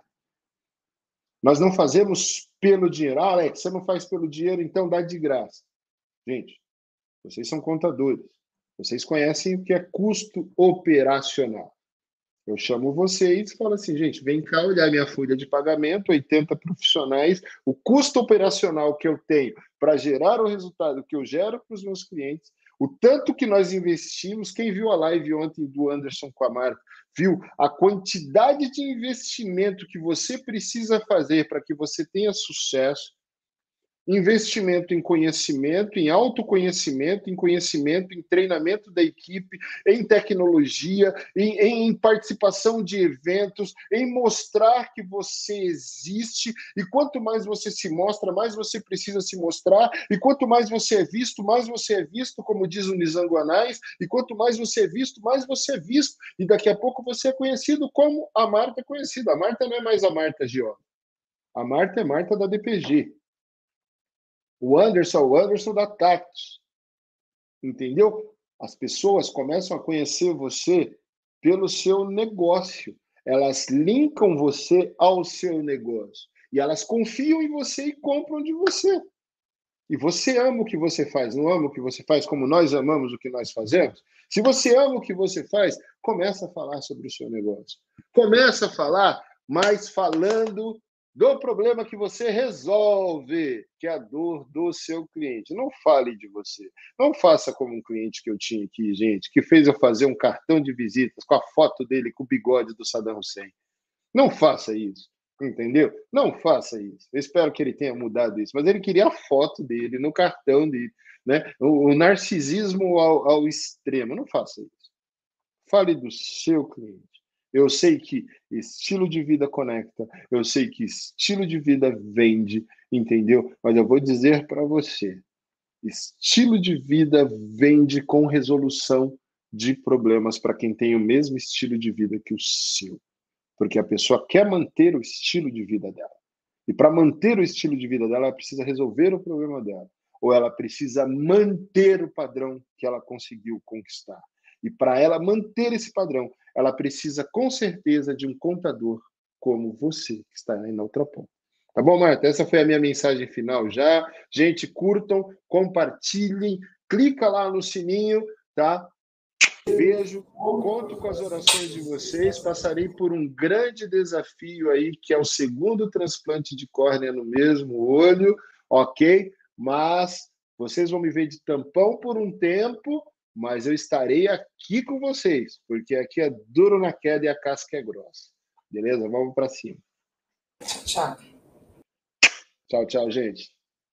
Nós não fazemos pelo dinheiro. Ah, Alex, você não faz pelo dinheiro, então dá de graça. Gente, vocês são contadores. Vocês conhecem o que é custo operacional. Eu chamo vocês e falo assim, gente, vem cá olhar minha folha de pagamento, 80 profissionais, o custo operacional que eu tenho para gerar o resultado que eu gero para os meus clientes, o tanto que nós investimos, quem viu a live ontem do Anderson com a Marta, viu a quantidade de investimento que você precisa fazer para que você tenha sucesso, investimento em conhecimento, em autoconhecimento, em conhecimento, em treinamento da equipe, em tecnologia, em participação de eventos, em mostrar que você existe. E quanto mais você se mostra, mais você precisa se mostrar. E quanto mais você é visto, como diz o Nizango Anais. E quanto mais você é visto, mais você é visto. E daqui a pouco você é conhecido como a Marta é conhecida. A Marta não é mais a Marta Gió. A Marta é Marta da DPG. O Anderson da Tactus. Entendeu? As pessoas começam a conhecer você pelo seu negócio. Elas linkam você ao seu negócio. E elas confiam em você e compram de você. E você ama o que você faz, não ama o que você faz como nós amamos o que nós fazemos? Se você ama o que você faz, começa a falar sobre o seu negócio. Começa a falar, mas falando do problema que você resolve, que é a dor do seu cliente. Não fale de você. Não faça como um cliente que eu tinha aqui, gente, que fez eu fazer um cartão de visitas com a foto dele com o bigode do Saddam Hussein. Não faça isso. Entendeu? Não faça isso. Eu espero que ele tenha mudado isso. Mas ele queria a foto dele no cartão dele. Né? O narcisismo ao extremo. Não faça isso. Fale do seu cliente. Eu sei que estilo de vida conecta. Eu sei que estilo de vida vende. Entendeu? Mas eu vou dizer para você. Estilo de vida vende com resolução de problemas para quem tem o mesmo estilo de vida que o seu. Porque a pessoa quer manter o estilo de vida dela. E para manter o estilo de vida dela, ela precisa resolver o problema dela. Ou ela precisa manter o padrão que ela conseguiu conquistar. E para ela manter esse padrão, ela precisa com certeza de um contador como você, que está aí na outra ponta. Tá bom, Marta? Essa foi a minha mensagem final já. Gente, curtam, compartilhem, clica lá no sininho, tá? Beijo, conto com as orações de vocês. Passarei por um grande desafio aí, que é o segundo transplante de córnea no mesmo olho, ok? Mas vocês vão me ver de tampão por um tempo, mas eu estarei aqui com vocês, porque aqui é duro na queda e a casca é grossa. Beleza? Vamos para cima. Tchau. Tchau, tchau, gente.